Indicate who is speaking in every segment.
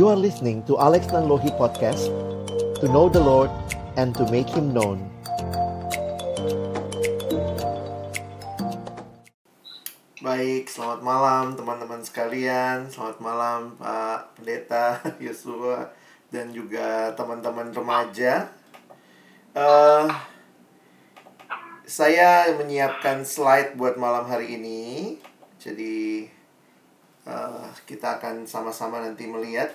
Speaker 1: You are listening to Alex Nanlohi Podcast, to know the Lord and to make Him known.
Speaker 2: Baik, selamat malam teman-teman sekalian. Selamat malam Pak Pendeta Yosua dan juga teman-teman remaja. Saya menyiapkan slide buat malam hari ini. Jadi kita akan sama-sama nanti melihat.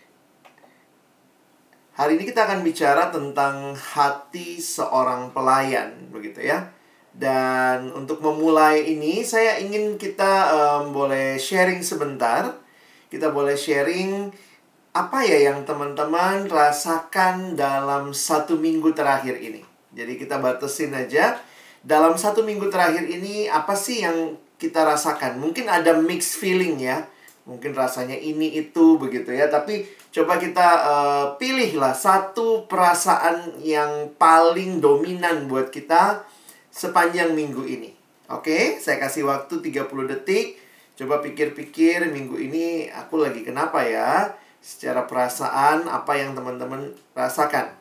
Speaker 2: Hari ini kita akan bicara tentang hati seorang pelayan, begitu ya. Dan untuk memulai ini, saya ingin kita boleh sharing sebentar. Kita boleh sharing apa ya yang teman-teman rasakan dalam 1 minggu terakhir ini. Jadi kita batasin aja. Dalam 1 minggu terakhir ini, apa sih yang kita rasakan? Mungkin ada mixed feeling ya. Mungkin rasanya ini, itu, begitu ya. Tapi coba kita pilihlah satu perasaan yang paling dominan buat kita sepanjang minggu ini. Oke, saya kasih waktu 30 detik. Coba pikir-pikir minggu ini aku lagi kenapa ya? Secara perasaan, apa yang teman-teman rasakan?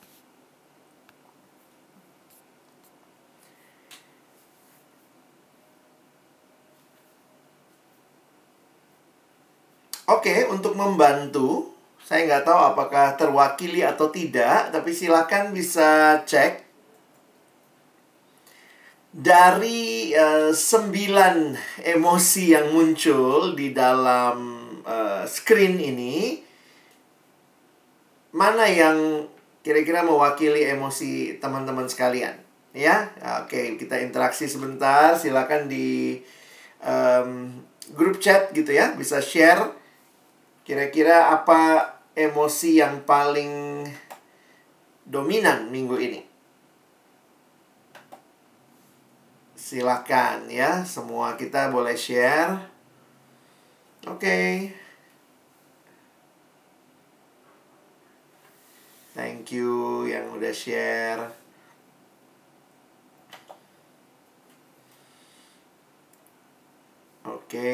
Speaker 2: Oke, untuk membantu, saya nggak tahu apakah terwakili atau tidak, tapi silakan bisa cek. Dari 9 emosi yang muncul di dalam screen ini, mana yang kira-kira mewakili emosi teman-teman sekalian? Ya, oke, kita interaksi sebentar. Silakan di grup chat gitu ya, bisa share. Kira-kira apa emosi yang paling dominan minggu ini? Silakan ya, semua kita boleh share. Oke. Thank you yang udah share. Oke.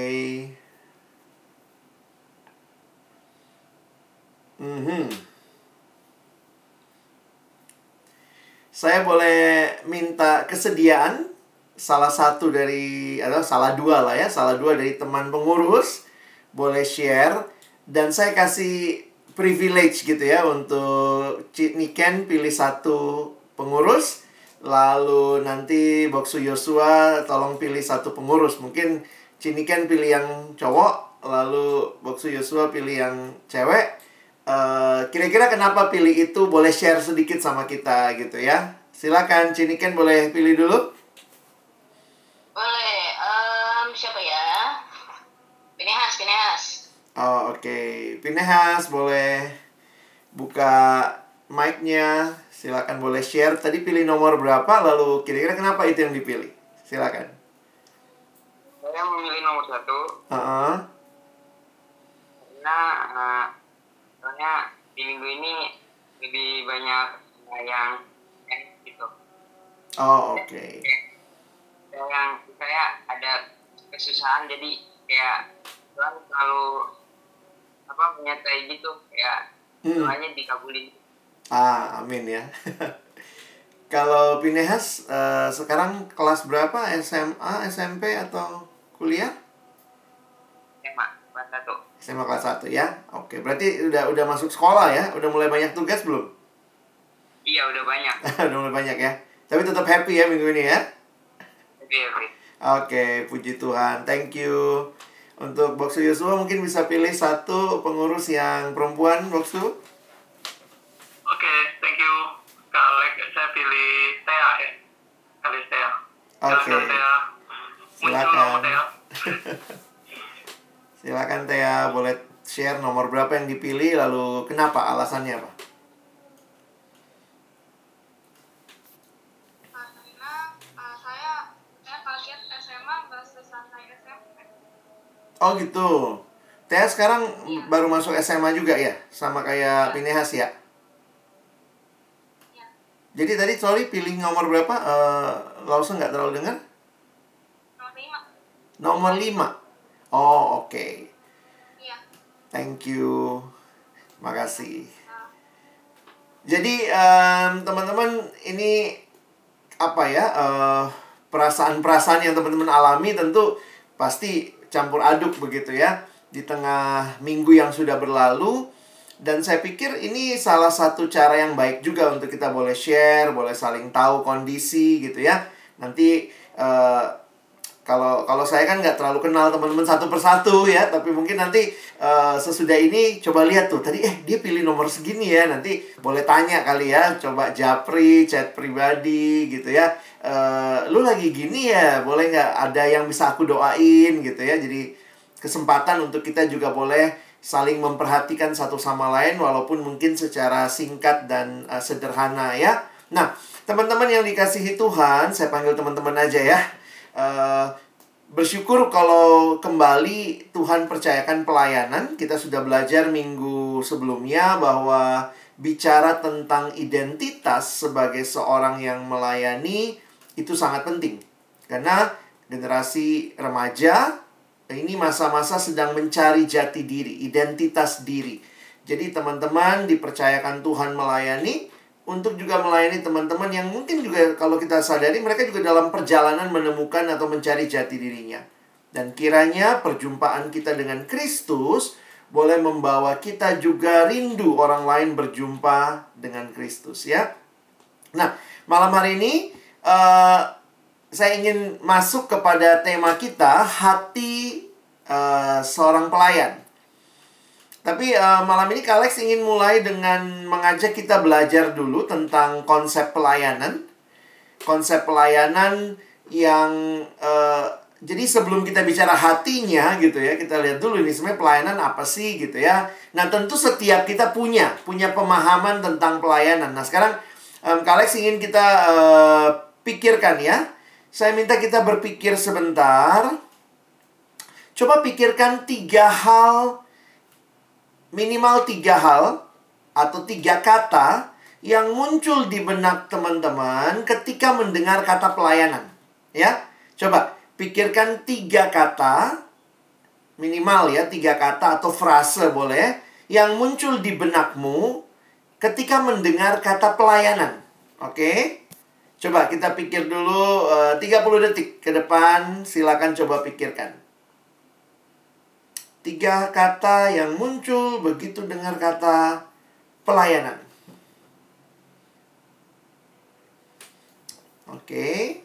Speaker 2: Saya boleh minta kesediaan salah satu dari, atau salah dua lah ya, salah dua dari teman pengurus boleh share. Dan saya kasih privilege gitu ya untuk Niken pilih satu pengurus, lalu nanti Boksu Yosua tolong pilih satu pengurus. Mungkin Niken pilih yang cowok, lalu Boksu Yosua pilih yang cewek. Kira-kira kenapa pilih itu, boleh share sedikit sama kita gitu ya. Silakan Niken, boleh pilih dulu.
Speaker 3: Boleh, siapa ya? Pinehas.
Speaker 2: Oh, oke. Pinehas, boleh buka mic-nya. Silakan boleh share. Tadi pilih nomor berapa, lalu kira-kira kenapa itu yang dipilih? Silakan.
Speaker 4: Saya memilih nomor 1. Karena soalnya di minggu ini lebih banyak yang gitu.
Speaker 2: Oh, oke.
Speaker 4: Yang saya ada kesusahan, jadi kayak Tuhan selalu menyertai gitu, kayak doanya dikabulin.
Speaker 2: Amin ya. Kalau Pinehas sekarang kelas berapa? SMA, SMP atau kuliah?
Speaker 4: SMA kelas 1.
Speaker 2: SMA kelas 1 ya. Oke, berarti udah masuk sekolah ya? Udah mulai banyak tugas belum?
Speaker 4: Iya, udah banyak.
Speaker 2: Udah mulai banyak ya. Tapi tetap happy ya minggu ini ya?
Speaker 4: Happy.
Speaker 2: Oke, puji Tuhan. Thank you. Untuk Boksu Yosua mungkin bisa pilih satu pengurus yang perempuan, Boksu.
Speaker 5: Oke, thank you Kak Alex. Saya pilih Thea ya. Kali Thea.
Speaker 2: Oke.
Speaker 5: Thea.
Speaker 2: Silakan. Silakan Thea, boleh share nomor berapa yang dipilih, lalu kenapa, alasannya apa?
Speaker 6: Saya kaget SMA nggak sesantai SMP.
Speaker 2: Oh gitu. Thea sekarang baru masuk SMA juga ya? Sama kayak Pinehas ya?
Speaker 6: Iya.
Speaker 2: Jadi tadi sorry pilih nomor berapa? Lawson nggak terlalu dengar?
Speaker 6: Nomor 5.
Speaker 2: Nomor 5. Oh, oke.
Speaker 6: Iya.
Speaker 2: Thank you. Makasih. Jadi teman-teman, ini apa ya, perasaan-perasaan yang teman-teman alami tentu pasti campur aduk begitu ya di tengah minggu yang sudah berlalu. Dan saya pikir ini salah satu cara yang baik juga untuk kita boleh share, boleh saling tahu kondisi gitu ya. Nanti kalau saya kan nggak terlalu kenal teman-teman satu persatu ya, tapi mungkin nanti sesudah ini coba lihat tuh tadi dia pilih nomor segini ya, nanti boleh tanya kali ya, coba japri, chat pribadi gitu ya. Lu lagi gini ya, boleh nggak ada yang bisa aku doain gitu ya. Jadi kesempatan untuk kita juga boleh saling memperhatikan satu sama lain walaupun mungkin secara singkat dan sederhana ya. Nah, teman-teman yang dikasihi Tuhan, saya panggil teman-teman aja ya. Bersyukur kalau kembali Tuhan percayakan pelayanan. Kita sudah belajar minggu sebelumnya bahwa bicara tentang identitas sebagai seorang yang melayani itu sangat penting. Karena generasi remaja ini masa-masa sedang mencari jati diri, identitas diri. Jadi teman-teman dipercayakan Tuhan melayani untuk juga melayani teman-teman yang mungkin juga kalau kita sadari mereka juga dalam perjalanan menemukan atau mencari jati dirinya. Dan kiranya perjumpaan kita dengan Kristus boleh membawa kita juga rindu orang lain berjumpa dengan Kristus ya. Nah, malam hari ini saya ingin masuk kepada tema kita, hati seorang pelayan. Tapi malam ini Kak Alex ingin mulai dengan mengajak kita belajar dulu tentang konsep pelayanan. Konsep pelayanan yang jadi sebelum kita bicara hatinya gitu ya, kita lihat dulu ini sebenarnya pelayanan apa sih gitu ya. Nah, tentu setiap kita punya pemahaman tentang pelayanan. Nah, sekarang Kak Alex ingin kita pikirkan ya. Saya minta kita berpikir sebentar. Coba pikirkan minimal 3 hal atau 3 kata yang muncul di benak teman-teman ketika mendengar kata pelayanan. Ya, coba pikirkan 3 kata, minimal ya 3 kata atau frase boleh, yang muncul di benakmu ketika mendengar kata pelayanan. Oke? Coba kita pikir dulu 30 detik ke depan, silakan coba pikirkan. 3 kata yang muncul begitu dengar kata pelayanan. Oke.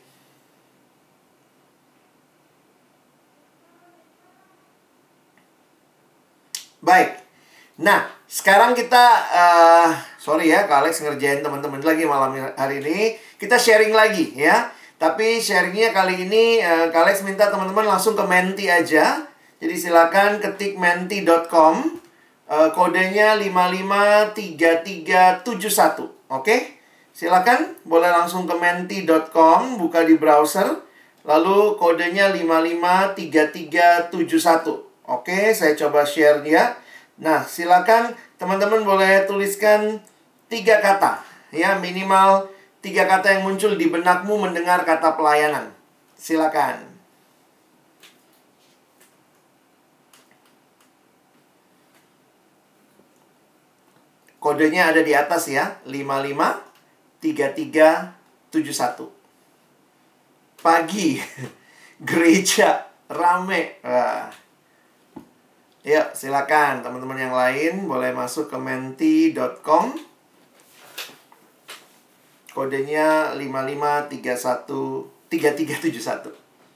Speaker 2: Baik. Nah, sekarang kita sorry ya, Kak Alex ngerjain teman-teman lagi malam hari ini. Kita sharing lagi ya. Tapi sharingnya kali ini Kak Alex minta teman-teman langsung ke Menti aja. Jadi silakan ketik menti.com, kodenya 553371. Oke? Silakan boleh langsung ke menti.com, buka di browser, lalu kodenya 553371. Oke, saya coba share dia. Nah, silakan teman-teman boleh tuliskan 3 kata ya, minimal 3 kata yang muncul di benakmu mendengar kata pelayanan. Silakan. Kodenya ada di atas ya, 553371. Pagi, gereja, rame. Yuk, silakan teman-teman yang lain boleh masuk ke menti.com. Kodenya 553371.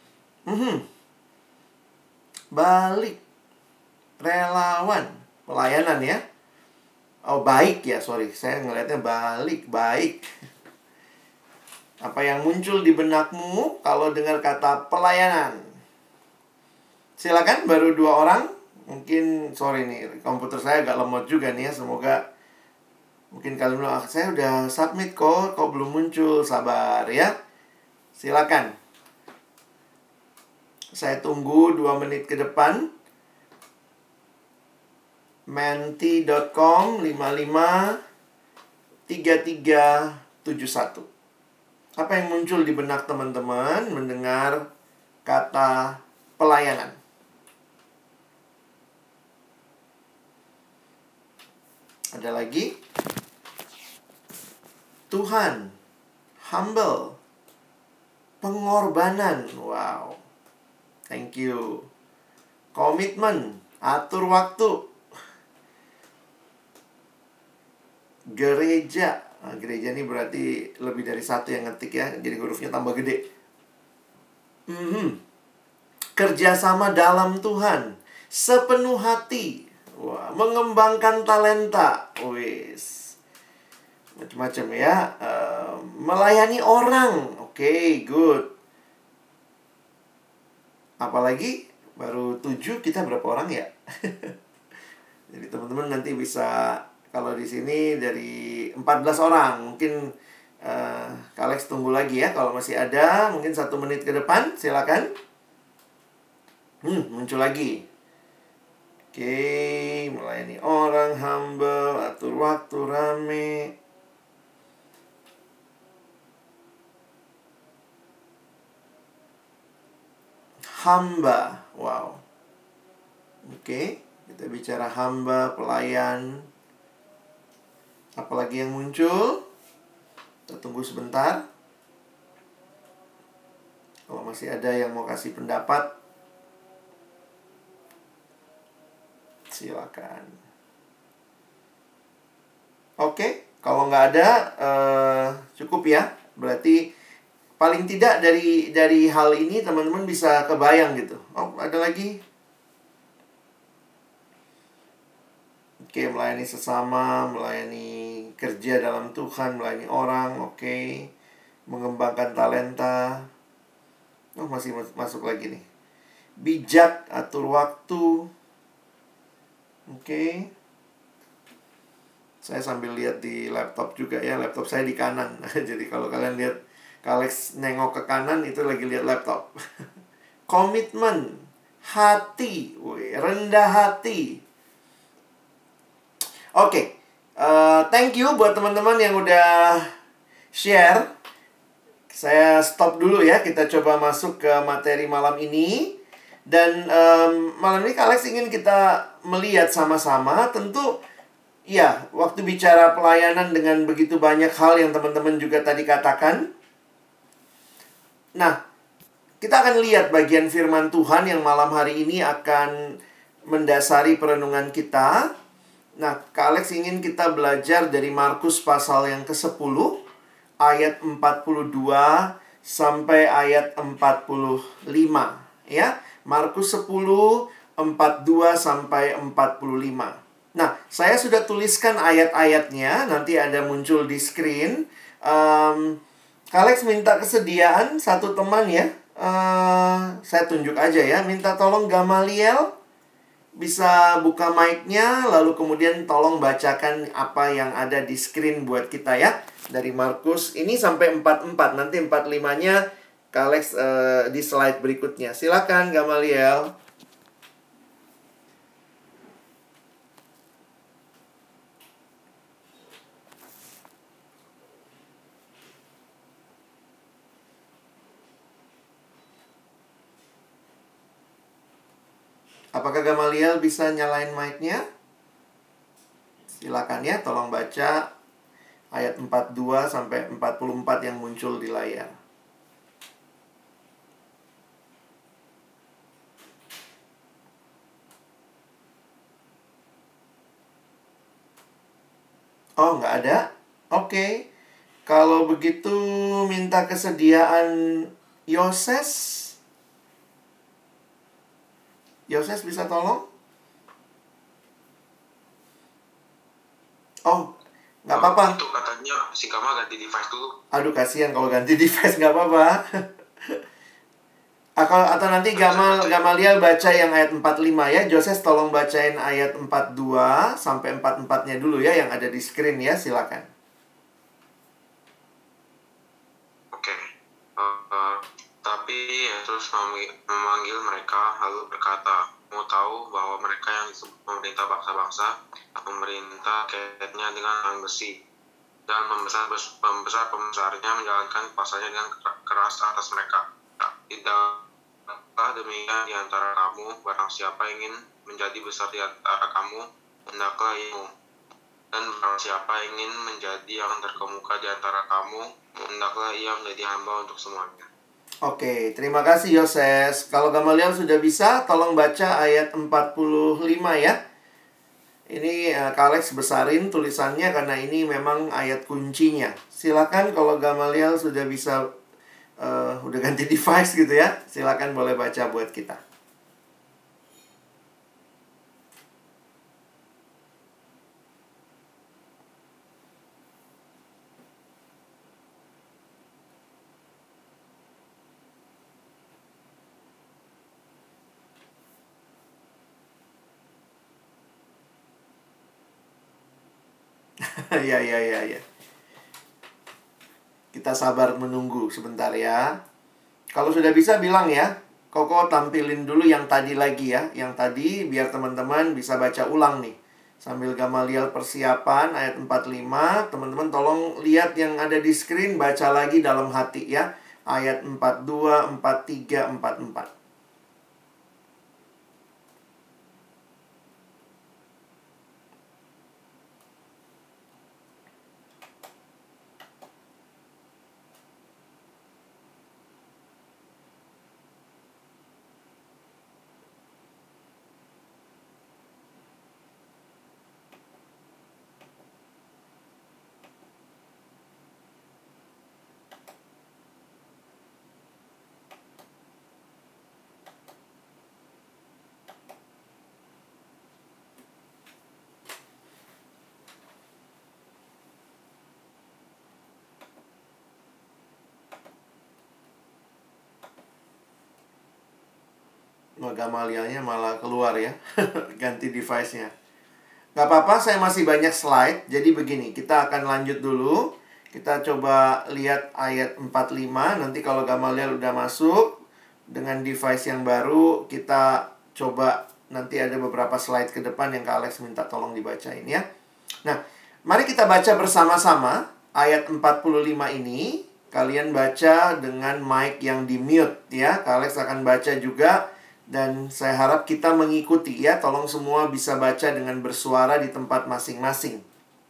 Speaker 2: Balik. Relawan. Pelayanan ya. Oh, baik ya, sorry. Saya ngelihatnya balik, baik. Apa yang muncul di benakmu kalau dengar kata pelayanan? Silakan, baru 2 orang. Mungkin, sorry nih, komputer saya agak lemot juga nih ya. Semoga, mungkin kalian bilang, saya udah submit kok belum muncul. Sabar ya. Silakan. Saya tunggu 2 menit ke depan. Menti.com 553371. Apa yang muncul di benak teman-teman mendengar kata pelayanan? Ada lagi? Tuhan, humble, pengorbanan. Wow. Thank you. Komitmen, atur waktu. Gereja. Nah, gereja ini berarti lebih dari satu yang ngetik ya. Jadi hurufnya tambah gede. Kerjasama dalam Tuhan. Sepenuh hati. Wah, mengembangkan talenta. Wis. Macam-macam ya. Melayani orang. Oke, good. Apalagi baru 7, kita berapa orang ya? Jadi teman-teman nanti bisa, kalau di sini dari 14 orang. Mungkin Kak Alex tunggu lagi ya. Kalau masih ada, mungkin 1 menit ke depan. Silakan. Muncul lagi. Oke, melayani orang, humble, atur waktu, rame. Hamba. Wow. Oke, kita bicara hamba, pelayan. Apalagi yang muncul? Kita tunggu sebentar. Kalau masih ada yang mau kasih pendapat, silakan. Oke, kalau nggak ada, cukup ya. Berarti paling tidak dari hal ini teman-teman bisa kebayang gitu. Oh, ada lagi? Oke, melayani sesama, melayani kerja dalam Tuhan, melayani orang, oke. Mengembangkan talenta. Oh, masih masuk lagi nih. Bijak, atur waktu. Oke. Saya sambil lihat di laptop juga ya. Laptop saya di kanan. Jadi kalau kalian lihat Kak Alex nengok ke kanan, itu lagi lihat laptop. Komitmen, hati, rendah hati. Oke, thank you buat teman-teman yang udah share. Saya stop dulu ya, kita coba masuk ke materi malam ini. Dan malam ini Kak Alex ingin kita melihat sama-sama. Tentu, ya, waktu bicara pelayanan dengan begitu banyak hal yang teman-teman juga tadi katakan. Nah, kita akan lihat bagian firman Tuhan yang malam hari ini akan mendasari perenungan kita. Nah, Kak Alex ingin kita belajar dari Markus pasal yang ke-10, ayat 42 sampai ayat 45. Ya, Markus 10, 42 sampai 45. Nah, saya sudah tuliskan ayat-ayatnya, nanti ada muncul di screen. Kak Alex minta kesediaan satu teman ya. Saya tunjuk aja ya. Minta tolong Gamaliel bisa buka mic-nya, lalu kemudian tolong bacakan apa yang ada di screen buat kita ya. Dari Markus ini sampai 44. Nanti 45-nya Kak Alex di slide berikutnya. Silakan Gamaliel. Apakah Gamaliel bisa nyalain mic-nya? Silakan ya, tolong baca ayat 42 sampai 44 yang muncul di layar. Oh, nggak ada? Oke. Kalau begitu minta kesediaan Yoses. Yoses bisa tolong? Oh, nggak apa-apa.
Speaker 7: Itu katanya si Gama ganti device dulu.
Speaker 2: Aduh, kasihan kalau ganti device, nggak apa-apa. Atau nanti Gamaliel baca yang ayat 45 ya. Yoses tolong bacain ayat 42 sampai 44-nya dulu ya, yang ada di screen ya, silakan.
Speaker 7: Oke. Tapi Yesus memanggil mereka lalu berkata, mau tahu bahwa mereka yang disebut pemerintah bangsa-bangsa, pemerintah kaitnya dengan yang besi, dan pembesar-pembesarnya menjalankan kuasanya dengan keras atas mereka. Tidaklah demikian di antara kamu, barang siapa ingin menjadi besar di antara kamu, hendaklah ilmu. Dan barang siapa ingin menjadi yang terkemuka di antara kamu, hendaklah ia menjadi hamba untuk semuanya.
Speaker 2: Oke, terima kasih Yoses. Kalau Gamaliel sudah bisa, tolong baca ayat 45 ya. Ini Kak Alex besarin tulisannya karena ini memang ayat kuncinya. Silakan kalau Gamaliel sudah bisa, udah ganti device gitu ya. Silakan boleh baca buat kita. Ya. Kita sabar menunggu sebentar ya. Kalau sudah bisa bilang ya. Koko tampilin dulu yang tadi lagi ya. Yang tadi biar teman-teman bisa baca ulang nih. Sambil Gamaliel persiapan ayat 45. Teman-teman tolong lihat yang ada di screen. Baca lagi dalam hati ya. Ayat 42, 43, 44. Gamalielnya malah keluar ya. Ganti device-nya. Gak apa-apa, saya masih banyak slide. Jadi begini, kita akan lanjut dulu. Kita coba lihat ayat 45. Nanti kalau Gamaliel udah masuk dengan device yang baru, kita coba nanti ada beberapa slide ke depan yang Kak Alex minta tolong dibacain ya. Nah, mari kita baca bersama-sama ayat 45 ini. Kalian baca dengan mic yang di-mute ya. Kak Alex akan baca juga. Dan saya harap kita mengikuti ya. Tolong semua bisa baca dengan bersuara di tempat masing-masing.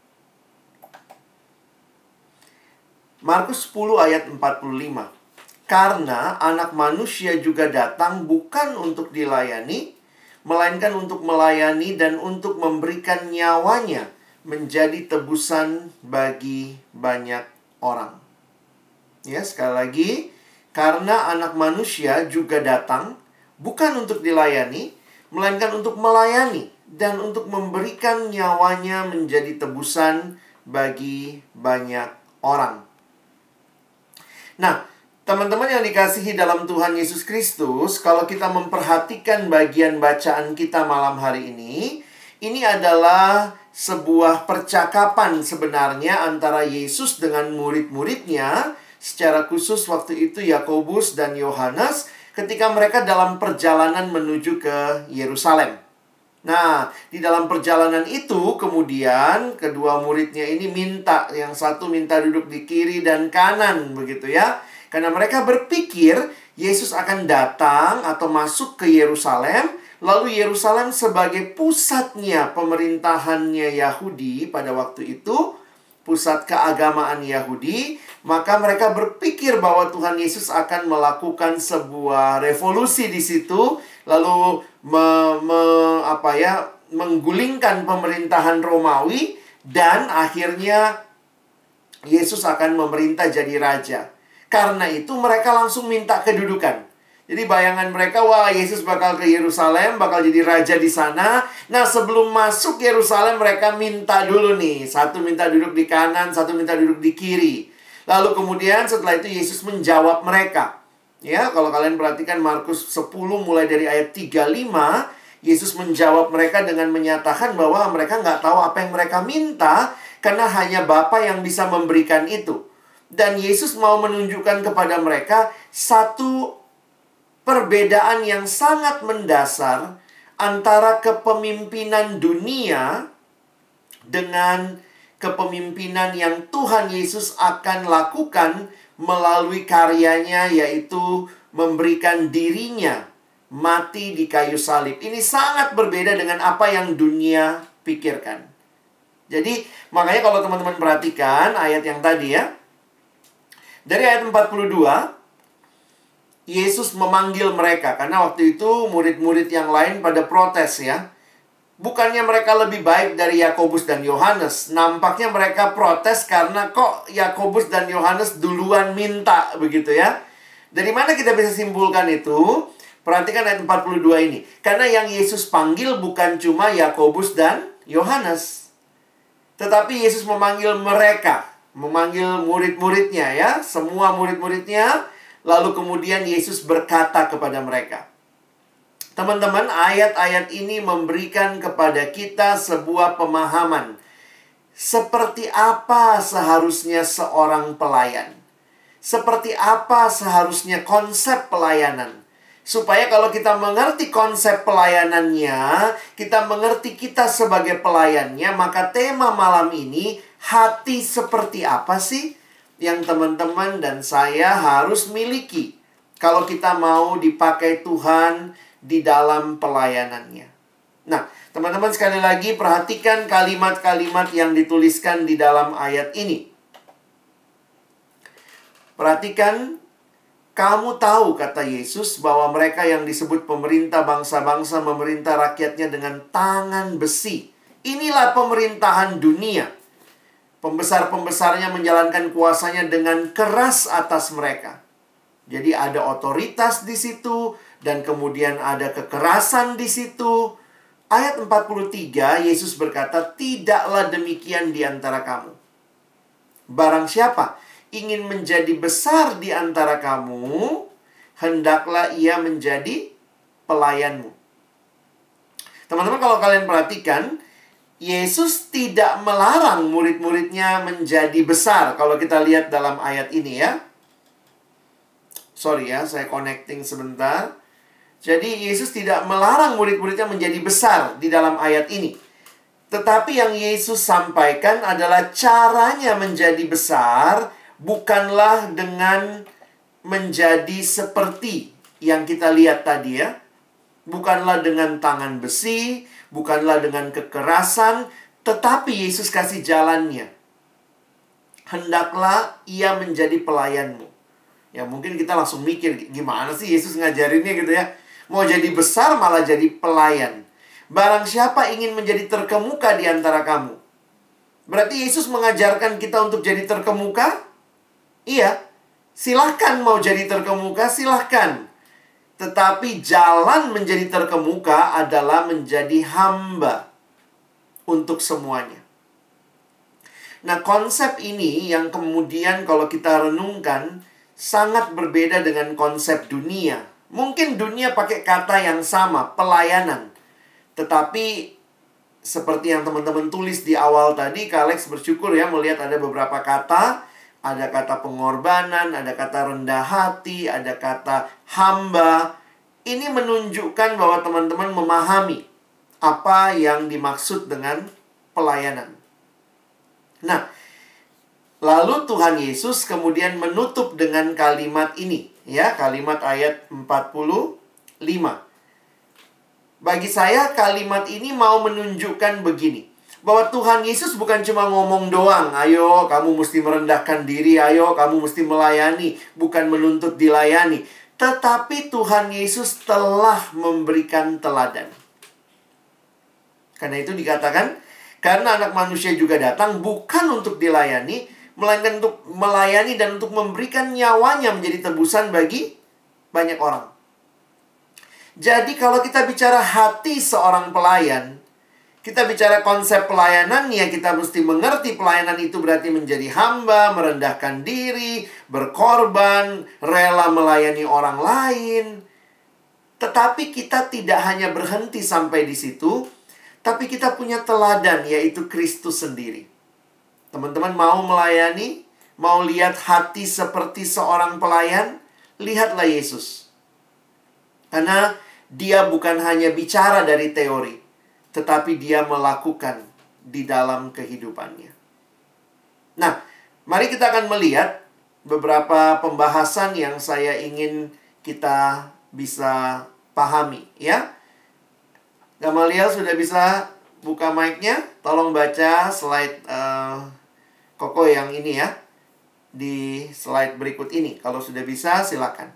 Speaker 2: Markus 10 ayat 45. Karena anak manusia juga datang bukan untuk dilayani, melainkan untuk melayani dan untuk memberikan nyawanya menjadi tebusan bagi banyak orang. Ya, sekali lagi. Karena anak manusia juga datang bukan untuk dilayani, melainkan untuk melayani dan untuk memberikan nyawanya menjadi tebusan bagi banyak orang. Nah, teman-teman yang dikasihi dalam Tuhan Yesus Kristus, kalau kita memperhatikan bagian bacaan kita malam hari ini adalah sebuah percakapan sebenarnya antara Yesus dengan murid-muridnya, secara khusus waktu itu Yakobus dan Yohanes, ketika mereka dalam perjalanan menuju ke Yerusalem. Nah, di dalam perjalanan itu kemudian kedua muridnya ini minta, yang satu minta duduk di kiri dan kanan begitu ya. Karena mereka berpikir Yesus akan datang atau masuk ke Yerusalem, lalu Yerusalem sebagai pusatnya pemerintahannya Yahudi pada waktu itu, pusat keagamaan Yahudi, maka mereka berpikir bahwa Tuhan Yesus akan melakukan sebuah revolusi di situ, lalu menggulingkan pemerintahan Romawi, dan akhirnya Yesus akan memerintah jadi raja. Karena itu mereka langsung minta kedudukan. Jadi bayangan mereka, wah Yesus bakal ke Yerusalem, bakal jadi raja di sana. Nah, sebelum masuk Yerusalem mereka minta dulu nih. Satu minta duduk di kanan, satu minta duduk di kiri. Lalu kemudian setelah itu Yesus menjawab mereka. Ya, kalau kalian perhatikan Markus 10 mulai dari ayat 35, Yesus menjawab mereka dengan menyatakan bahwa mereka nggak tahu apa yang mereka minta, karena hanya Bapa yang bisa memberikan itu. Dan Yesus mau menunjukkan kepada mereka satu perbedaan yang sangat mendasar antara kepemimpinan dunia dengan kepemimpinan yang Tuhan Yesus akan lakukan melalui karyanya, yaitu memberikan dirinya mati di kayu salib. Ini sangat berbeda dengan apa yang dunia pikirkan. Jadi, makanya kalau teman-teman perhatikan ayat yang tadi ya. Dari ayat 42, Yesus memanggil mereka. Karena waktu itu murid-murid yang lain pada protes ya. Bukannya mereka lebih baik dari Yakobus dan Yohanes. Nampaknya mereka protes karena kok Yakobus dan Yohanes duluan minta begitu ya. Dari mana kita bisa simpulkan itu? Perhatikan ayat 42 ini. Karena yang Yesus panggil bukan cuma Yakobus dan Yohanes. Tetapi Yesus memanggil mereka, memanggil murid-muridnya ya, semua murid-muridnya, lalu kemudian Yesus berkata kepada mereka. Teman-teman, ayat-ayat ini memberikan kepada kita sebuah pemahaman. Seperti apa seharusnya seorang pelayan? Seperti apa seharusnya konsep pelayanan? Supaya kalau kita mengerti konsep pelayanannya, kita mengerti kita sebagai pelayannya, maka tema malam ini, hati seperti apa sih yang teman-teman dan saya harus miliki kalau kita mau dipakai Tuhan di dalam pelayanannya. Nah, teman-teman sekali lagi perhatikan kalimat-kalimat yang dituliskan di dalam ayat ini. Perhatikan, kamu tahu, kata Yesus, bahwa mereka yang disebut pemerintah bangsa-bangsa memerintah rakyatnya dengan tangan besi. Inilah pemerintahan dunia. Pembesar-pembesarnya menjalankan kuasanya dengan keras atas mereka. Jadi ada otoritas di situ, dan kemudian ada kekerasan di situ. Ayat 43, Yesus berkata, tidaklah demikian di antara kamu. Barang siapa ingin menjadi besar di antara kamu, hendaklah ia menjadi pelayanmu. Teman-teman, kalau kalian perhatikan, Yesus tidak melarang murid-muridnya menjadi besar. Kalau kita lihat dalam ayat ini ya. Sorry ya, saya connecting sebentar. Jadi Yesus tidak melarang murid-muridnya menjadi besar di dalam ayat ini. Tetapi yang Yesus sampaikan adalah caranya menjadi besar bukanlah dengan menjadi seperti yang kita lihat tadi ya. Bukanlah dengan tangan besi, bukanlah dengan kekerasan, tetapi Yesus kasih jalannya. Hendaklah ia menjadi pelayanmu. Ya mungkin kita langsung mikir, gimana sih Yesus ngajarinnya gitu ya. Mau jadi besar malah jadi pelayan. Barang siapa ingin menjadi terkemuka di antara kamu. Berarti Yesus mengajarkan kita untuk jadi terkemuka? Iya, silahkan mau jadi terkemuka, silahkan. Tetapi jalan menjadi terkemuka adalah menjadi hamba untuk semuanya. Nah, konsep ini yang kemudian kalau kita renungkan sangat berbeda dengan konsep dunia. Mungkin dunia pakai kata yang sama, pelayanan. Tetapi seperti yang teman-teman tulis di awal tadi, Kak Alex bersyukur ya melihat ada beberapa kata. Ada kata pengorbanan, ada kata rendah hati, ada kata hamba. Ini menunjukkan bahwa teman-teman memahami apa yang dimaksud dengan pelayanan. Nah, lalu Tuhan Yesus kemudian menutup dengan kalimat ini. Ya, kalimat ayat 45. Bagi saya kalimat ini mau menunjukkan begini. Bahwa Tuhan Yesus bukan cuma ngomong doang, ayo kamu mesti merendahkan diri, ayo kamu mesti melayani, bukan menuntut dilayani. Tetapi Tuhan Yesus telah memberikan teladan. Karena itu dikatakan, karena anak manusia juga datang bukan untuk dilayani, melainkan untuk melayani dan untuk memberikan nyawanya menjadi tebusan bagi banyak orang. Jadi kalau kita bicara hati seorang pelayan, kita bicara konsep pelayanan, ya kita mesti mengerti pelayanan itu berarti menjadi hamba, merendahkan diri, berkorban, rela melayani orang lain. Tetapi kita tidak hanya berhenti sampai di situ, tapi kita punya teladan, yaitu Kristus sendiri. Teman-teman mau melayani, mau lihat hati seperti seorang pelayan, lihatlah Yesus. Karena dia bukan hanya bicara dari teori, tetapi dia melakukan di dalam kehidupannya. Nah, mari kita akan melihat beberapa pembahasan yang saya ingin kita bisa pahami, ya. Gamaliel sudah bisa buka mic-nya. Tolong baca slide Koko yang ini ya. Di slide berikut ini. Kalau sudah bisa, silakan.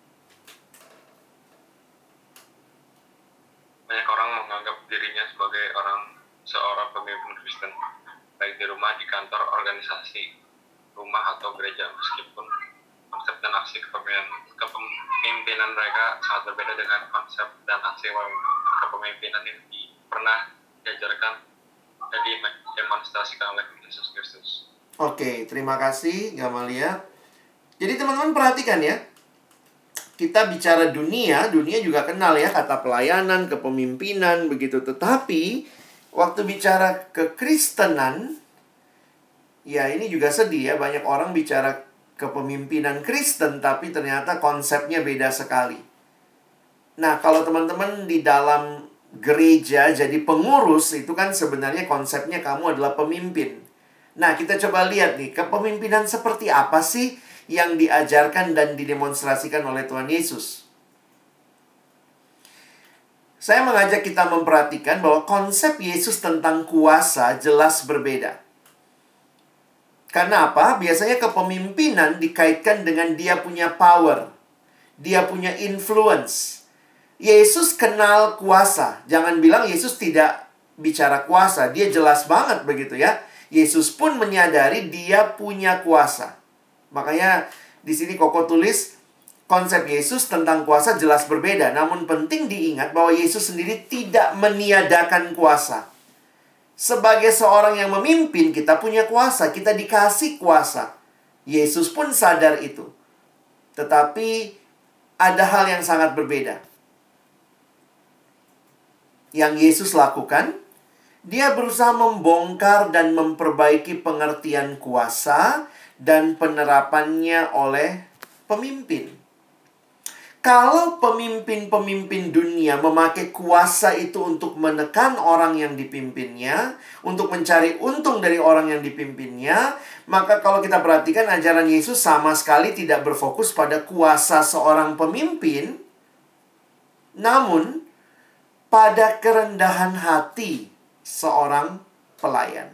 Speaker 7: Banyak orang menganggap dirinya sebagai seorang pemimpin Kristen, baik di rumah, di kantor, organisasi, rumah, atau gereja, meskipun konsep dan aksi kepemimpinan mereka sangat berbeda dengan konsep dan aksi kepemimpinan yang pernah diajarkan dan didemonstrasikan oleh Yesus Kristus.
Speaker 2: Oke, terima kasih Gamalia. Jadi teman-teman perhatikan ya. Kita bicara dunia juga kenal ya kata pelayanan, kepemimpinan, begitu. Tetapi, waktu bicara kekristenan, ya ini juga sedih ya. Banyak orang bicara kepemimpinan Kristen, tapi ternyata konsepnya beda sekali. Nah, kalau teman-teman di dalam gereja jadi pengurus, itu kan sebenarnya konsepnya kamu adalah pemimpin. Nah, kita coba lihat nih, kepemimpinan seperti apa sih yang diajarkan dan didemonstrasikan oleh Tuhan Yesus. Saya mengajak kita memperhatikan bahwa konsep Yesus tentang kuasa jelas berbeda. Karena apa? Biasanya kepemimpinan dikaitkan dengan dia punya power. Dia punya influence. Yesus kenal kuasa. Jangan bilang Yesus tidak bicara kuasa. Dia jelas banget begitu ya. Yesus pun menyadari dia punya kuasa. Makanya di sini Koko tulis konsep Yesus tentang kuasa jelas berbeda. Namun penting diingat bahwa Yesus sendiri tidak meniadakan kuasa. Sebagai seorang yang memimpin, kita punya kuasa. Kita dikasih kuasa. Yesus pun sadar itu. Tetapi ada hal yang sangat berbeda. Yang Yesus lakukan, dia berusaha membongkar dan memperbaiki pengertian kuasa dan penerapannya oleh pemimpin. Kalau pemimpin-pemimpin dunia memakai kuasa itu untuk menekan orang yang dipimpinnya, untuk mencari untung dari orang yang dipimpinnya, maka kalau kita perhatikan ajaran Yesus sama sekali tidak berfokus pada kuasa seorang pemimpin, namun pada kerendahan hati seorang pelayan.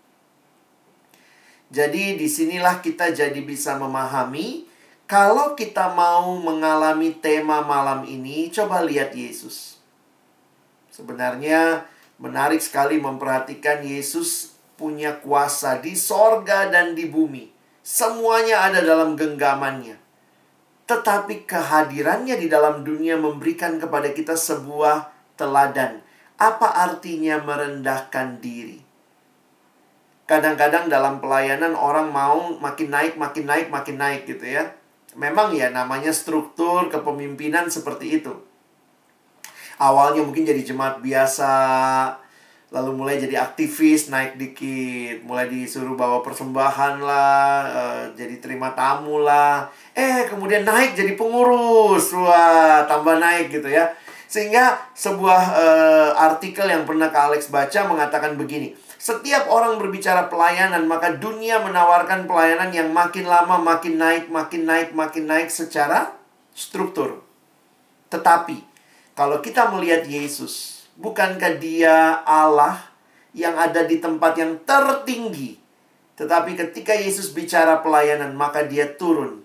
Speaker 2: Jadi disinilah kita jadi bisa memahami, kalau kita mau mengalami tema malam ini, coba lihat Yesus. Sebenarnya menarik sekali memperhatikan Yesus punya kuasa di sorga dan di bumi. Semuanya ada dalam genggamannya. Tetapi kehadirannya di dalam dunia memberikan kepada kita sebuah teladan. Apa artinya merendahkan diri? Kadang-kadang dalam pelayanan orang mau makin naik gitu ya. Memang ya namanya struktur kepemimpinan seperti itu. Awalnya mungkin jadi jemaat biasa, lalu mulai jadi aktivis, naik dikit, mulai disuruh bawa persembahan lah, jadi terima tamu lah. Kemudian naik jadi pengurus, wah tambah naik gitu ya. Sehingga sebuah artikel yang pernah Kak Alex baca mengatakan begini. Setiap orang berbicara pelayanan, maka dunia menawarkan pelayanan yang makin lama makin naik secara struktur. Tetapi, kalau kita melihat Yesus, bukankah dia Allah yang ada di tempat yang tertinggi? Tetapi ketika Yesus bicara pelayanan, maka dia turun.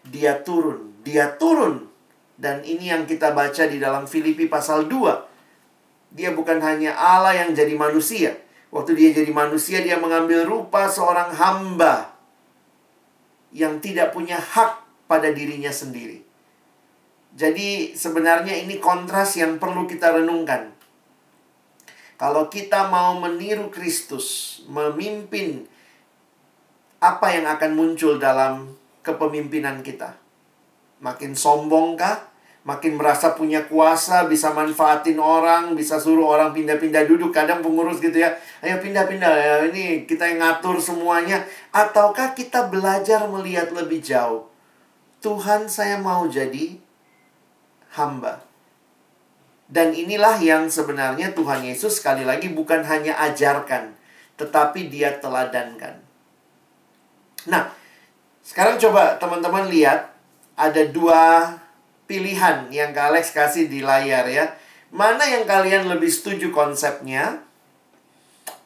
Speaker 2: Dan ini yang kita baca di dalam Filipi pasal 2. Dia bukan hanya Allah yang jadi manusia. Waktu dia jadi manusia, dia mengambil rupa seorang hamba yang tidak punya hak pada dirinya sendiri. Jadi sebenarnya ini kontras yang perlu kita renungkan. Kalau kita mau meniru Kristus, memimpin, apa yang akan muncul dalam kepemimpinan kita? Makin sombongkah? Makin merasa punya kuasa, bisa manfaatin orang, bisa suruh orang pindah-pindah duduk. Kadang pengurus gitu ya, ayo pindah-pindah ya, ini kita yang ngatur semuanya. Ataukah kita belajar melihat lebih jauh? Tuhan, saya mau jadi hamba. Dan inilah yang sebenarnya Tuhan Yesus sekali lagi bukan hanya ajarkan, tetapi dia teladankan. Nah, sekarang coba teman-teman lihat, ada dua pilihan yang Kak Alex kasih di layar ya. Mana yang kalian lebih setuju konsepnya?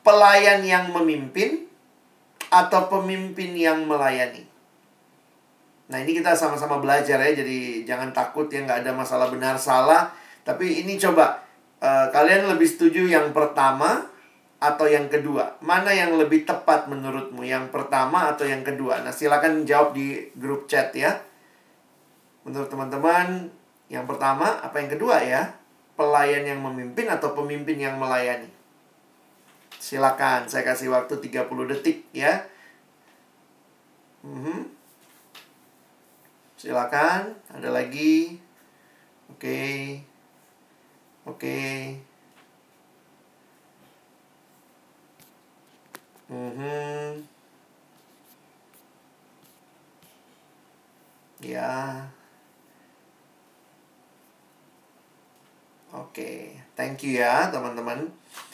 Speaker 2: pelayan yang memimpin atau pemimpin yang melayani? Nah, ini kita sama-sama belajar ya, jadi jangan takut ya, nggak ada masalah benar salah. Tapi ini coba, kalian lebih setuju yang pertama atau yang kedua? Mana yang lebih tepat menurutmu? Yang pertama atau yang kedua? Nah, silakan jawab di grup chat ya. Menurut teman-teman, yang pertama apa yang kedua ya? Pelayan yang memimpin atau pemimpin yang melayani? Silakan, saya kasih waktu 30 detik ya. Silakan, ada lagi. Oke. Ya. Oke, thank you ya teman-teman.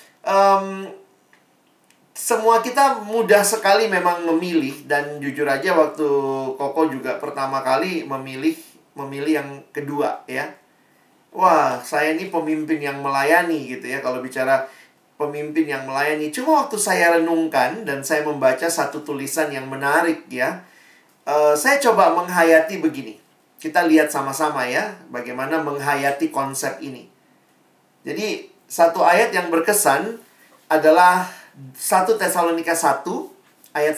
Speaker 2: Semua kita mudah sekali memang memilih, dan jujur aja waktu Koko juga pertama kali memilih yang kedua ya. Wah, saya ini pemimpin yang melayani gitu ya. Kalau bicara pemimpin yang melayani, cuma waktu saya renungkan dan saya membaca satu tulisan yang menarik ya. Saya coba menghayati begini. Kita lihat sama-sama ya, bagaimana menghayati konsep ini. Jadi, satu ayat yang berkesan adalah 1 Tesalonika 1 ayat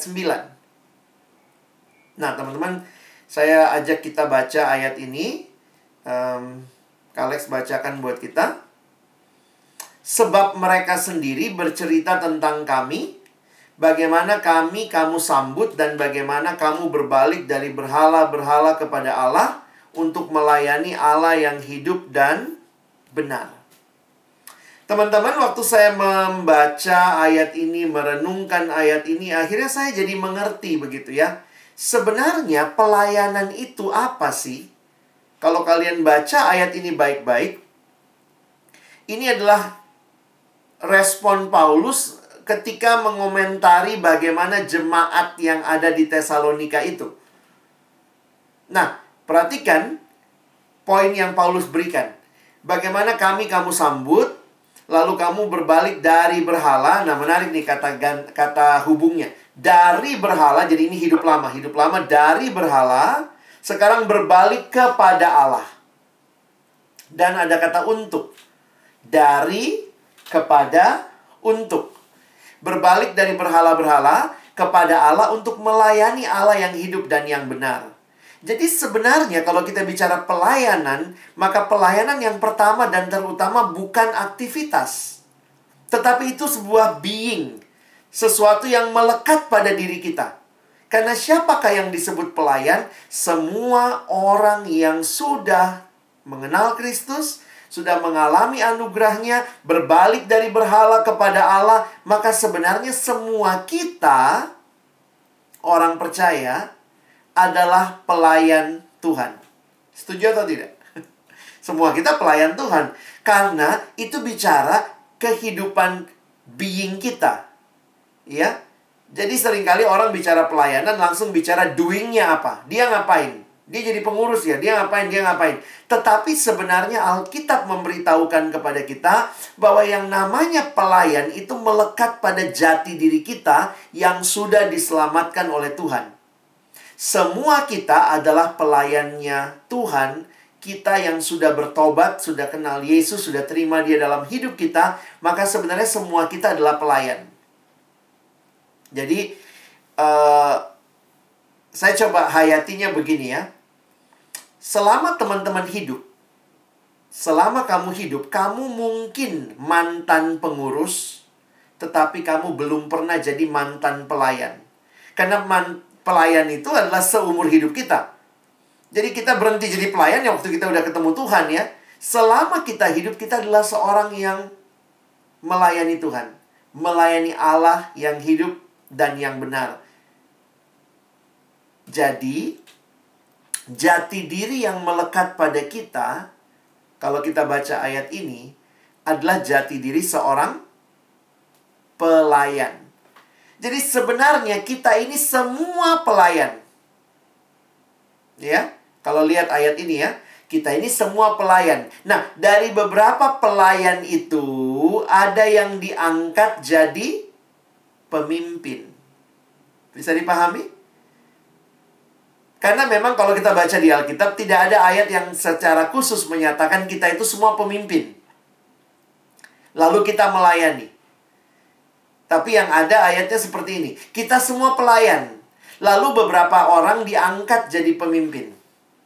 Speaker 2: 9. Nah, teman-teman, saya ajak kita baca ayat ini. Alex bacakan buat kita. Sebab mereka sendiri bercerita tentang kami, bagaimana kamu sambut dan bagaimana kamu berbalik dari berhala-berhala kepada Allah untuk melayani Allah yang hidup dan benar. Teman-teman, waktu saya membaca ayat ini, merenungkan ayat ini, akhirnya saya jadi mengerti begitu ya. Sebenarnya pelayanan itu apa sih? Kalau kalian baca ayat ini baik-baik, ini adalah respon Paulus ketika mengomentari bagaimana jemaat yang ada di Tesalonika itu. Nah, perhatikan poin yang Paulus berikan. Bagaimana kamu sambut, lalu kamu berbalik dari berhala. Nah, menarik nih kata hubungnya. Dari berhala, jadi ini hidup lama dari berhala, sekarang berbalik kepada Allah. Dan ada kata untuk. Dari kepada untuk. Berbalik dari berhala-berhala kepada Allah untuk melayani Allah yang hidup dan yang benar. Jadi sebenarnya kalau kita bicara pelayanan, maka pelayanan yang pertama dan terutama bukan aktivitas, tetapi itu sebuah being, sesuatu yang melekat pada diri kita. Karena siapakah yang disebut pelayan? Semua orang yang sudah mengenal Kristus, sudah mengalami anugerahnya, berbalik dari berhala kepada Allah. Maka sebenarnya semua kita, orang percaya, adalah pelayan Tuhan. Setuju atau tidak? Semua kita pelayan Tuhan. Karena itu bicara kehidupan being kita. Ya. Jadi seringkali orang bicara pelayanan langsung bicara doing-nya apa. Dia ngapain? Dia jadi pengurus ya, dia ngapain. Tetapi sebenarnya Alkitab memberitahukan kepada kita bahwa yang namanya pelayan itu melekat pada jati diri kita yang sudah diselamatkan oleh Tuhan. Semua kita adalah pelayannya Tuhan. Kita yang sudah bertobat, sudah kenal Yesus, sudah terima Dia dalam hidup kita, maka sebenarnya semua kita adalah pelayan. Jadi, saya coba hayatinya begini ya. Selama teman-teman hidup, selama kamu hidup, kamu mungkin mantan pengurus, tetapi kamu belum pernah jadi mantan pelayan. Karena pelayan itu adalah seumur hidup kita. Jadi kita berhenti jadi pelayan ya waktu kita udah ketemu Tuhan ya. Selama kita hidup, kita adalah seorang yang melayani Tuhan. Melayani Allah yang hidup dan yang benar. Jadi, jati diri yang melekat pada kita, kalau kita baca ayat ini, adalah jati diri seorang pelayan. Jadi sebenarnya kita ini semua pelayan. Ya, kalau lihat ayat ini ya, kita ini semua pelayan. Nah, dari beberapa pelayan itu, ada yang diangkat jadi pemimpin. Bisa dipahami? Karena memang kalau kita baca di Alkitab, tidak ada ayat yang secara khusus menyatakan kita itu semua pemimpin. Lalu kita melayani. Tapi yang ada ayatnya seperti ini. Kita semua pelayan. Lalu beberapa orang diangkat jadi pemimpin.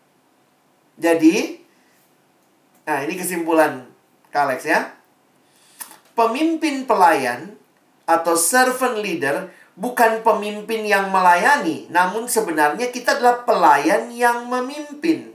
Speaker 2: Jadi, nah ini kesimpulan Kak Alex ya. Pemimpin pelayan atau servant leader bukan pemimpin yang melayani, namun sebenarnya kita adalah pelayan yang memimpin.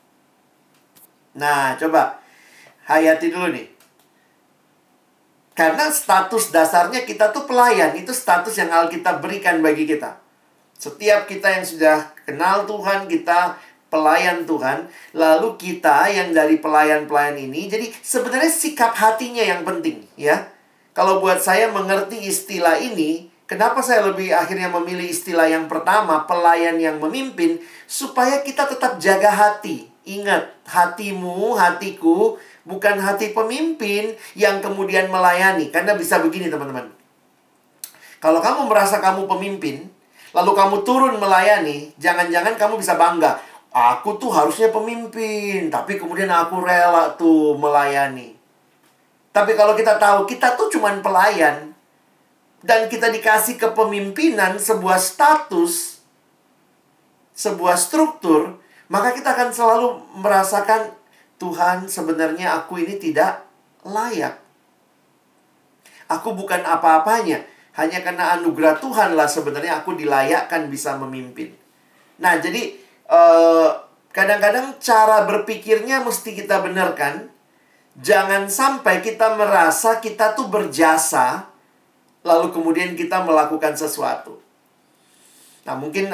Speaker 2: Nah, coba hayati dulu nih. Karena status dasarnya kita tuh pelayan, itu status yang Alkitab berikan bagi kita. Setiap kita yang sudah kenal Tuhan, kita pelayan Tuhan, lalu kita yang dari pelayan-pelayan ini, jadi sebenarnya sikap hatinya yang penting, ya. Kalau buat saya mengerti istilah ini, kenapa saya lebih akhirnya memilih istilah yang pertama, pelayan yang memimpin, supaya kita tetap jaga hati. Ingat, hatimu, hatiku, bukan hati pemimpin yang kemudian melayani. Karena bisa begini teman-teman. Kalau kamu merasa kamu pemimpin, lalu kamu turun melayani, jangan-jangan kamu bisa bangga. Aku tuh harusnya pemimpin, tapi kemudian aku rela tuh melayani. Tapi kalau kita tahu, kita tuh cuman pelayan, dan kita dikasih kepemimpinan, sebuah status, sebuah struktur, maka kita akan selalu merasakan, Tuhan sebenarnya aku ini tidak layak. Aku bukan apa-apanya. Hanya karena anugerah Tuhan lah sebenarnya aku dilayakkan bisa memimpin. Nah, jadi kadang-kadang cara berpikirnya mesti kita benarkan. Jangan sampai kita merasa kita tuh berjasa, lalu kemudian kita melakukan sesuatu. Nah, mungkin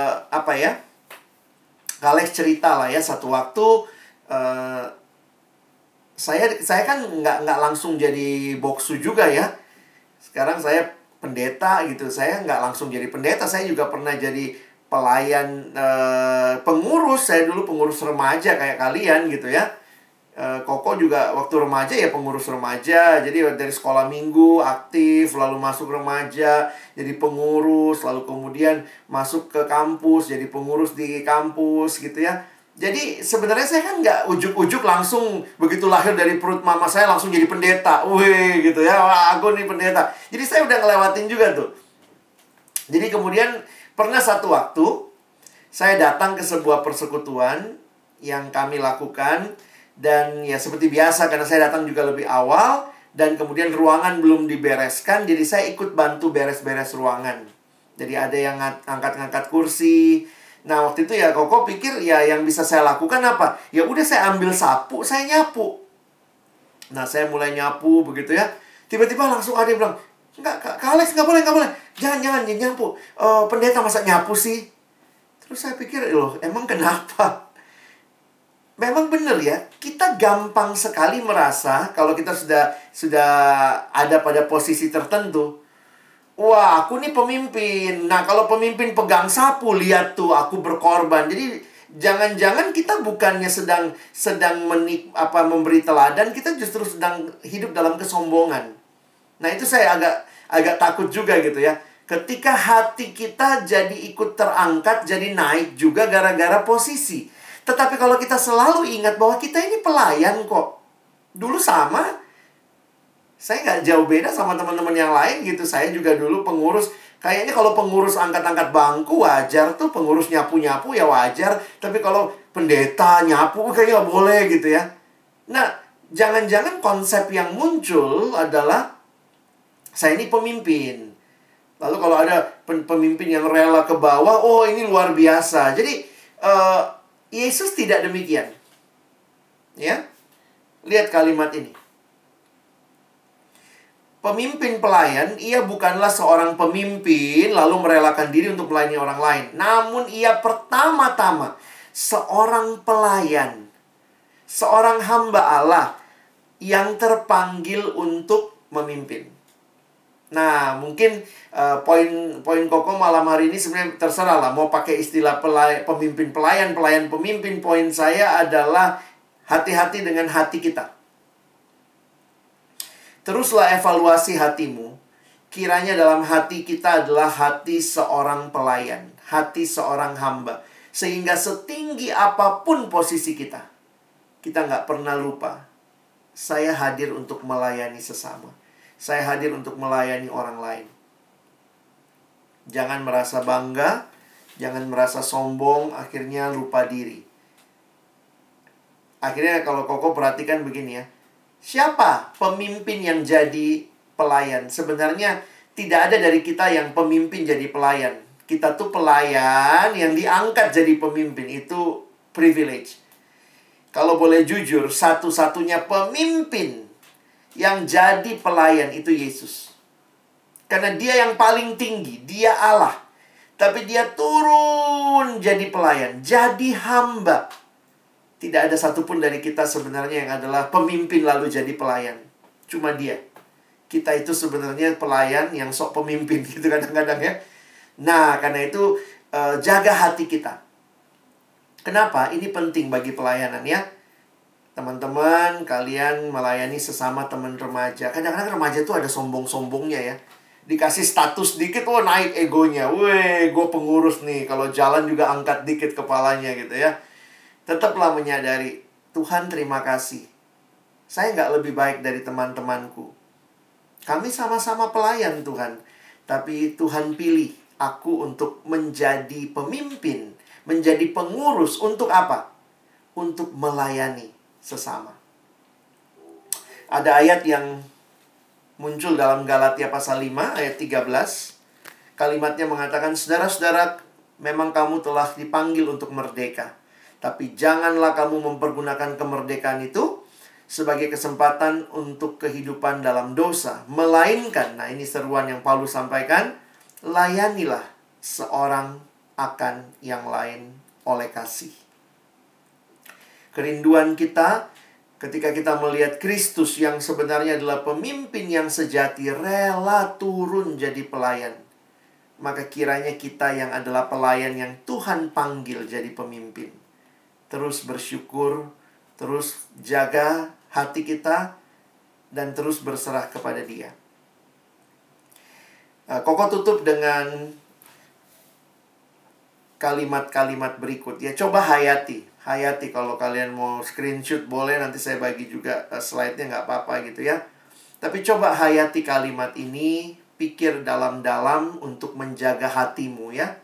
Speaker 2: Alex cerita lah ya, satu waktu saya kan nggak langsung jadi boksu juga ya. Sekarang saya pendeta gitu. Saya nggak langsung jadi pendeta. Saya juga pernah jadi pelayan pengurus. Saya dulu pengurus remaja kayak kalian gitu ya. Koko juga waktu remaja ya pengurus remaja. Jadi dari sekolah minggu aktif, lalu masuk remaja jadi pengurus, lalu kemudian masuk ke kampus jadi pengurus di kampus gitu ya. Jadi sebenarnya saya kan nggak ujuk-ujuk langsung begitu lahir dari perut mama saya langsung jadi pendeta. Wih gitu ya, wah aku nih pendeta. Jadi saya udah ngelewatin juga tuh. Jadi kemudian pernah satu waktu saya datang ke sebuah persekutuan yang kami lakukan. Dan ya seperti biasa karena saya datang juga lebih awal. Dan kemudian ruangan belum dibereskan. Jadi saya ikut bantu beres-beres ruangan. Jadi ada yang angkat-angkat kursi. Nah waktu itu ya Koko pikir ya yang bisa saya lakukan apa? Ya udah saya ambil sapu, saya nyapu. Nah saya mulai nyapu begitu ya. Tiba-tiba langsung ada yang bilang, Kak Alex nggak boleh. Jangan nyapu. Pendeta masa nyapu sih? Terus saya pikir loh emang kenapa? Memang benar ya, kita gampang sekali merasa kalau kita sudah ada pada posisi tertentu. Wah, aku nih pemimpin. Nah, kalau pemimpin pegang sapu, lihat tuh aku berkorban. Jadi jangan-jangan kita bukannya sedang memberi teladan, kita justru sedang hidup dalam kesombongan. Nah, itu saya agak takut juga gitu ya. Ketika hati kita jadi ikut terangkat, jadi naik juga gara-gara posisi. Tetapi kalau kita selalu ingat bahwa kita ini pelayan kok. Dulu sama. Saya nggak jauh beda sama teman-teman yang lain gitu. Saya juga dulu pengurus. Kayaknya kalau pengurus angkat-angkat bangku wajar tuh. Pengurus nyapu-nyapu ya wajar. Tapi kalau pendeta nyapu kayaknya nggak boleh gitu ya. Nah, jangan-jangan konsep yang muncul adalah saya ini pemimpin. Lalu kalau ada pemimpin yang rela ke bawah, oh ini luar biasa. Jadi, Yesus tidak demikian. Ya. Lihat kalimat ini. Pemimpin pelayan, ia bukanlah seorang pemimpin lalu merelakan diri untuk melayani orang lain. Namun ia pertama-tama seorang pelayan. Seorang hamba Allah yang terpanggil untuk memimpin. Nah, mungkin poin Koko malam hari ini sebenarnya terserah lah. Mau pakai istilah pemimpin pelayan, pelayan pemimpin. Poin saya adalah hati-hati dengan hati kita. Teruslah evaluasi hatimu. kiranya dalam hati kita adalah hati seorang pelayan, hati seorang hamba. Sehingga setinggi apapun posisi kita, kita nggak pernah lupa, saya hadir untuk melayani sesama. Saya hadir untuk melayani orang lain. Jangan merasa bangga, jangan merasa sombong, akhirnya lupa diri. Akhirnya kalau Koko perhatikan begini ya, siapa pemimpin yang jadi pelayan? Sebenarnya tidak ada dari kita yang pemimpin jadi pelayan. Kita tuh pelayan yang diangkat jadi pemimpin. Itu privilege. Kalau boleh jujur, satu-satunya pemimpin yang jadi pelayan itu Yesus. Karena dia yang paling tinggi, dia Allah. Tapi dia turun jadi pelayan, jadi hamba. Tidak ada satupun dari kita sebenarnya yang adalah pemimpin lalu jadi pelayan. Cuma dia. Kita itu sebenarnya pelayan yang sok pemimpin gitu kadang-kadang ya. Nah, karena itu jaga hati kita. Kenapa? Ini penting bagi pelayanan ya. Teman-teman, kalian melayani sesama teman remaja. Kadang-kadang remaja itu ada sombong-sombongnya ya. Dikasih status dikit, oh naik egonya. Weh, gue pengurus nih. Kalau jalan juga angkat dikit kepalanya gitu ya. Tetaplah menyadari, Tuhan terima kasih. Saya nggak lebih baik dari teman-temanku. Kami sama-sama pelayan Tuhan. Tapi Tuhan pilih aku untuk menjadi pemimpin, menjadi pengurus. Untuk apa? Untuk melayani sesama. Ada ayat yang muncul dalam Galatia pasal 5 ayat 13. Kalimatnya mengatakan, saudara-saudara, memang kamu telah dipanggil untuk merdeka. Tapi janganlah kamu mempergunakan kemerdekaan itu sebagai kesempatan untuk kehidupan dalam dosa. Melainkan, nah ini seruan yang Paulus sampaikan, layanilah seorang akan yang lain oleh kasih. Kerinduan kita ketika kita melihat Kristus yang sebenarnya adalah pemimpin yang sejati, rela turun jadi pelayan. Maka kiranya kita yang adalah pelayan yang Tuhan panggil jadi pemimpin. Terus bersyukur, terus jaga hati kita, dan terus berserah kepada Dia. Koko tutup dengan kalimat-kalimat berikut. Ya, coba hayati. Hayati, kalau kalian mau screenshot boleh, nanti saya bagi juga slide-nya, nggak apa-apa gitu ya. Tapi coba hayati kalimat ini, pikir dalam-dalam untuk menjaga hatimu ya.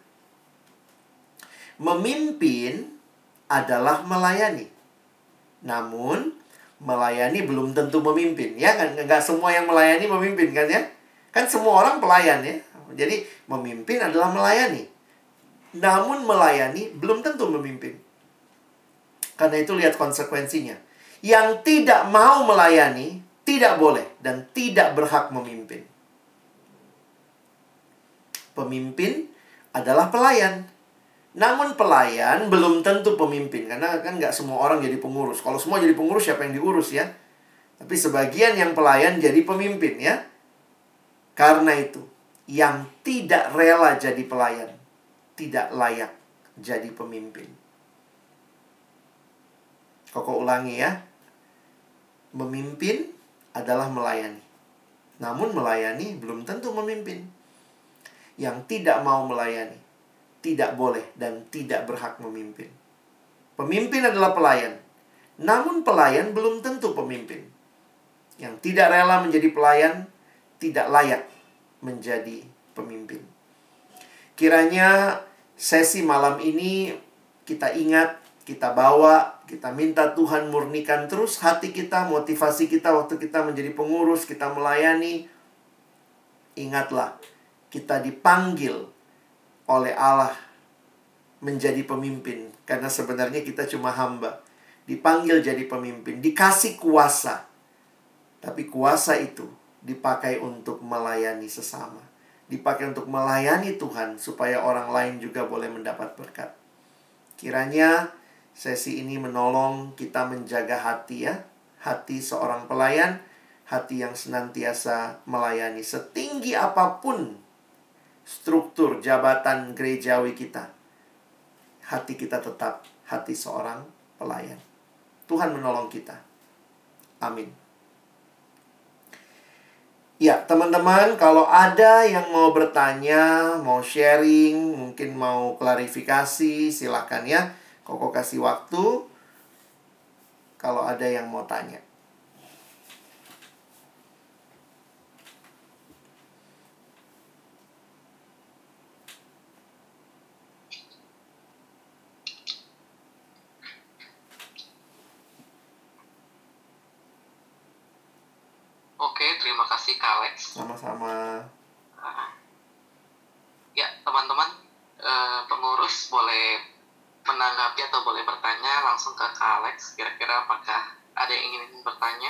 Speaker 2: Memimpin adalah melayani. Namun, melayani belum tentu memimpin ya. Nggak semua yang melayani memimpin kan ya. Kan semua orang pelayan ya. Jadi memimpin adalah melayani. Namun melayani belum tentu memimpin. Karena itu lihat konsekuensinya. Yang tidak mau melayani tidak boleh dan tidak berhak memimpin. Pemimpin adalah pelayan. Namun pelayan belum tentu pemimpin. Karena kan nggak semua orang jadi pengurus. Kalau semua jadi pengurus, siapa yang diurus ya? Tapi sebagian yang pelayan jadi pemimpin ya. Karena itu, yang tidak rela jadi pelayan tidak layak jadi pemimpin. Koko ulangi ya. Memimpin adalah melayani. Namun melayani belum tentu memimpin. Yang tidak mau melayani tidak boleh dan tidak berhak memimpin. Pemimpin adalah pelayan. Namun pelayan belum tentu pemimpin. Yang tidak rela menjadi pelayan tidak layak menjadi pemimpin. Kiranya sesi malam ini kita ingat, kita bawa, kita minta Tuhan murnikan terus hati kita, motivasi kita waktu kita menjadi pengurus, kita melayani. Ingatlah, kita dipanggil oleh Allah menjadi pemimpin. Karena sebenarnya kita cuma hamba. Dipanggil jadi pemimpin, dikasih kuasa. Tapi kuasa itu dipakai untuk melayani sesama. Dipakai untuk melayani Tuhan supaya orang lain juga boleh mendapat berkat. Kiranya sesi ini menolong kita menjaga hati ya. Hati seorang pelayan, hati yang senantiasa melayani. Setinggi apapun struktur jabatan gerejawi kita, hati kita tetap hati seorang pelayan. Tuhan menolong kita. Amin. Ya, teman-teman, kalau ada yang mau bertanya, mau sharing, mungkin mau klarifikasi, silakan ya. Koko kasih waktu kalau ada yang mau tanya.
Speaker 8: Oke, terima kasih Kak Alex.
Speaker 2: Sama-sama.
Speaker 8: Ya, teman-teman, pengurus boleh menanggapi atau boleh bertanya langsung ke Kak Alex. Kira-kira apakah ada yang ingin bertanya?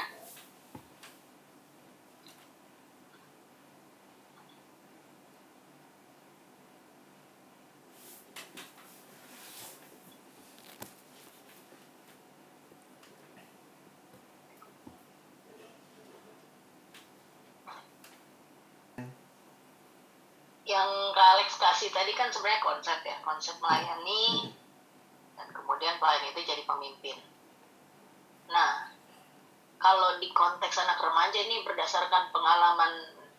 Speaker 3: Yang Kak Alex kasih tadi kan sebenarnya konsep melayani, dan kemudian pelayan itu jadi pemimpin. Nah, kalau di konteks anak remaja ini berdasarkan pengalaman,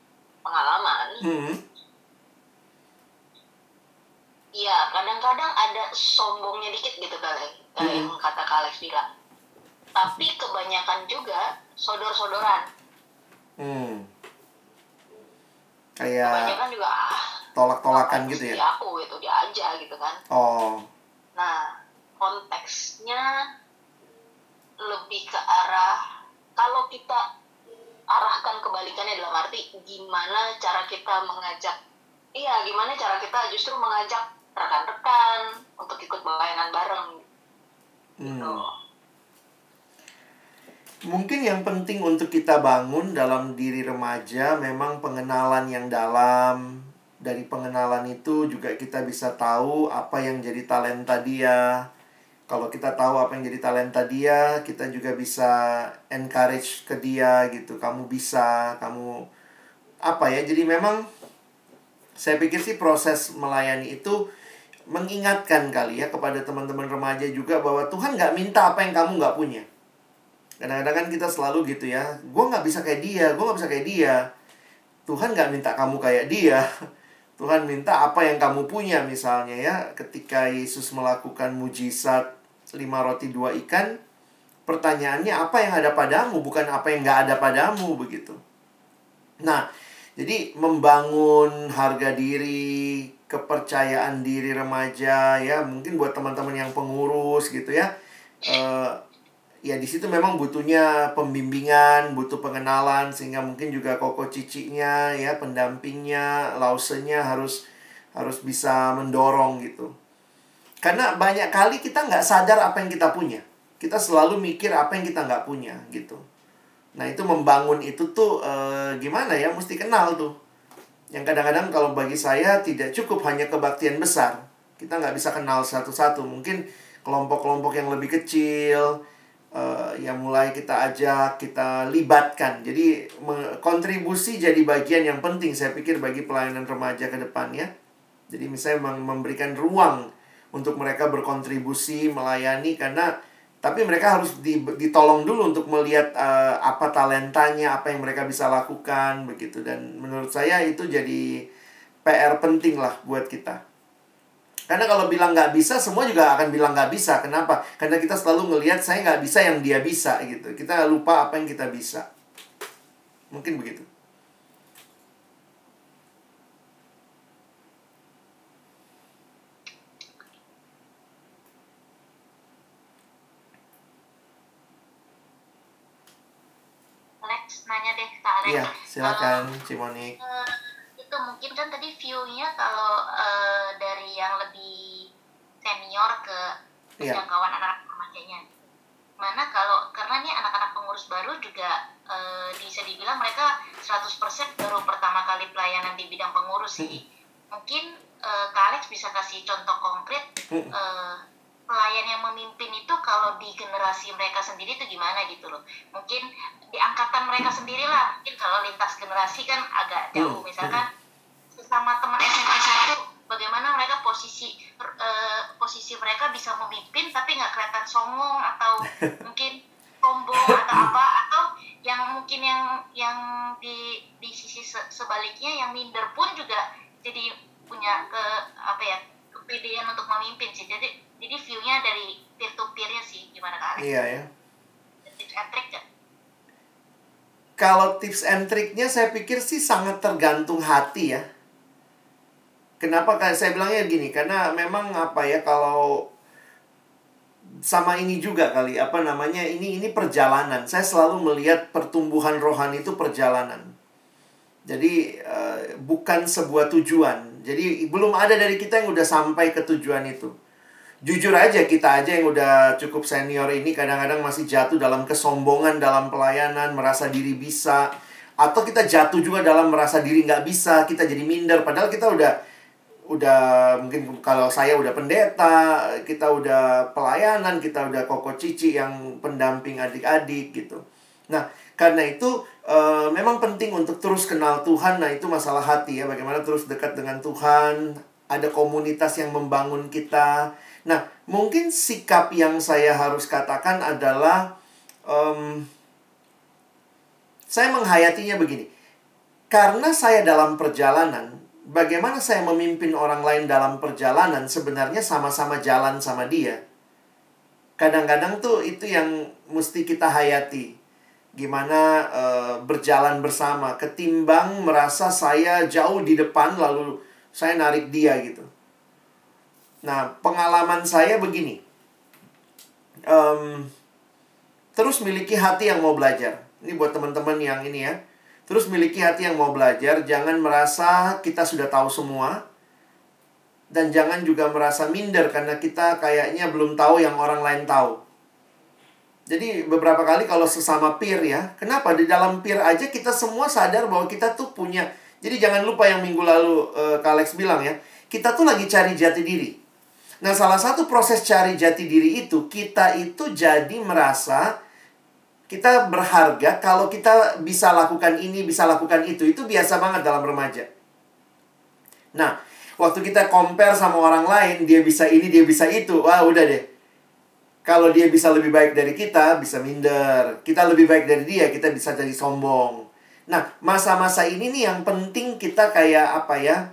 Speaker 3: ya kadang-kadang ada sombongnya dikit gitu kali, kayak yang kata Kak Alex bilang. Tapi kebanyakan juga sodor-sodoran.
Speaker 2: Kayak
Speaker 3: Kebanyakan juga
Speaker 2: tolak-tolakan gitu ya.
Speaker 3: Aku gitu, dia aja gitu kan.
Speaker 2: Oh.
Speaker 3: Nah, konteksnya lebih ke arah, kalau kita arahkan kebalikannya dalam arti gimana cara kita justru mengajak rekan-rekan untuk ikut pelayanan bareng gitu.
Speaker 2: Mungkin yang penting untuk kita bangun dalam diri remaja memang pengenalan yang dalam. Dari pengenalan itu juga kita bisa tahu apa yang jadi talenta dia. Kalau kita tahu apa yang jadi talenta dia, kita juga bisa encourage ke dia gitu. Kamu bisa, kamu apa ya. Jadi memang saya pikir sih proses melayani itu mengingatkan kali ya kepada teman-teman remaja juga bahwa Tuhan nggak minta apa yang kamu nggak punya. Kadang-kadang kan kita selalu gitu ya, gue nggak bisa kayak dia. Tuhan nggak minta kamu kayak dia. Tuhan minta apa yang kamu punya. Misalnya ya, ketika Yesus melakukan mujizat 5 roti 2 ikan, pertanyaannya apa yang ada padamu, bukan apa yang nggak ada padamu, begitu. Nah, jadi membangun harga diri, kepercayaan diri remaja ya, mungkin buat teman-teman yang pengurus gitu ya. Ya di situ memang butuhnya pembimbingan, butuh pengenalan, sehingga mungkin juga koko cicinya ya, pendampingnya, lausenya harus bisa mendorong gitu. Karena banyak kali kita nggak sadar apa yang kita punya. Kita selalu mikir apa yang kita nggak punya gitu. Nah itu membangun itu tuh gimana ya, mesti kenal tuh. Yang kadang-kadang kalau bagi saya tidak cukup hanya kebaktian besar. Kita nggak bisa kenal satu-satu. Mungkin kelompok-kelompok yang lebih kecil, yang mulai kita ajak, kita libatkan. Jadi kontribusi jadi bagian yang penting saya pikir bagi pelayanan remaja ke depannya. Jadi misalnya memberikan ruang untuk mereka berkontribusi, melayani, tapi mereka harus ditolong dulu untuk melihat apa talentanya, apa yang mereka bisa lakukan begitu. Dan menurut saya itu jadi PR penting lah buat kita. Karena kalau bilang nggak bisa, semua juga akan bilang nggak bisa. Kenapa? Karena kita selalu ngelihat saya nggak bisa yang dia bisa gitu. Kita lupa apa yang kita bisa. Mungkin begitu.
Speaker 3: Alex, nanya deh Kak Alex.
Speaker 2: Iya, silakan Cimonik.
Speaker 3: Itu mungkin kan tadi view-nya kalau dari yang lebih senior ke jangkauan anak-anak remajanya. Mana kalau, karena nih anak-anak pengurus baru juga bisa dibilang mereka 100% baru pertama kali pelayanan di bidang pengurus sih. Mungkin Kak Alex bisa kasih contoh konkret pelayan yang memimpin itu kalau di generasi mereka sendiri itu gimana gitu loh. Mungkin di angkatan mereka sendiri lah. Mungkin kalau lintas generasi kan agak jauh. Misalkan sesama teman SMA 1, bagaimana mereka posisi mereka bisa memimpin tapi nggak kelihatan songong atau mungkin sombong atau apa, atau yang mungkin yang di sisi sebaliknya yang minder pun juga jadi punya kepedean untuk memimpin sih. Jadi view-nya dari peer to peer-nya sih, gimana Kak Alex?
Speaker 2: Iya ya.
Speaker 3: Tips and trick gak?
Speaker 2: Kalau tips and triknya saya pikir sih sangat tergantung hati ya. Kenapa saya bilangnya gini? Karena memang kalau sama ini juga kali, ini perjalanan. Saya selalu melihat pertumbuhan rohani itu perjalanan. Jadi bukan sebuah tujuan. Jadi belum ada dari kita yang udah sampai ke tujuan itu. Jujur aja, kita aja yang udah cukup senior ini kadang-kadang masih jatuh dalam kesombongan dalam pelayanan, merasa diri bisa. Atau kita jatuh juga dalam merasa diri nggak bisa, kita jadi minder. Padahal kita udah mungkin kalau saya udah pendeta, kita udah pelayanan, kita udah koko cici yang pendamping adik-adik gitu. Nah, karena itu memang penting untuk terus kenal Tuhan. Nah, itu masalah hati ya, bagaimana terus dekat dengan Tuhan. Ada komunitas yang membangun kita. Nah, mungkin sikap yang saya harus katakan adalah saya menghayatinya begini. Karena saya dalam perjalanan, bagaimana saya memimpin orang lain dalam perjalanan sebenarnya sama-sama jalan sama dia. Kadang-kadang tuh itu yang mesti kita hayati. Gimana berjalan bersama ketimbang merasa saya jauh di depan lalu saya narik dia gitu. Nah, pengalaman saya begini. Terus miliki hati yang mau belajar. Ini buat teman-teman yang ini ya. Terus miliki hati yang mau belajar. Jangan merasa kita sudah tahu semua. Dan jangan juga merasa minder karena kita kayaknya belum tahu yang orang lain tahu. Jadi beberapa kali kalau sesama peer ya. Kenapa? Di dalam peer aja kita semua sadar bahwa kita tuh punya. Jadi jangan lupa yang minggu lalu Kak Alex bilang ya. Kita tuh lagi cari jati diri. Nah, salah satu proses cari jati diri itu, kita itu jadi merasa kita berharga kalau kita bisa lakukan ini, bisa lakukan itu. Itu biasa banget dalam remaja. Nah, waktu kita compare sama orang lain, dia bisa ini, dia bisa itu. Wah, udah deh. Kalau dia bisa lebih baik dari kita, bisa minder. Kita lebih baik dari dia, kita bisa jadi sombong. Nah, masa-masa ini nih yang penting kita kayak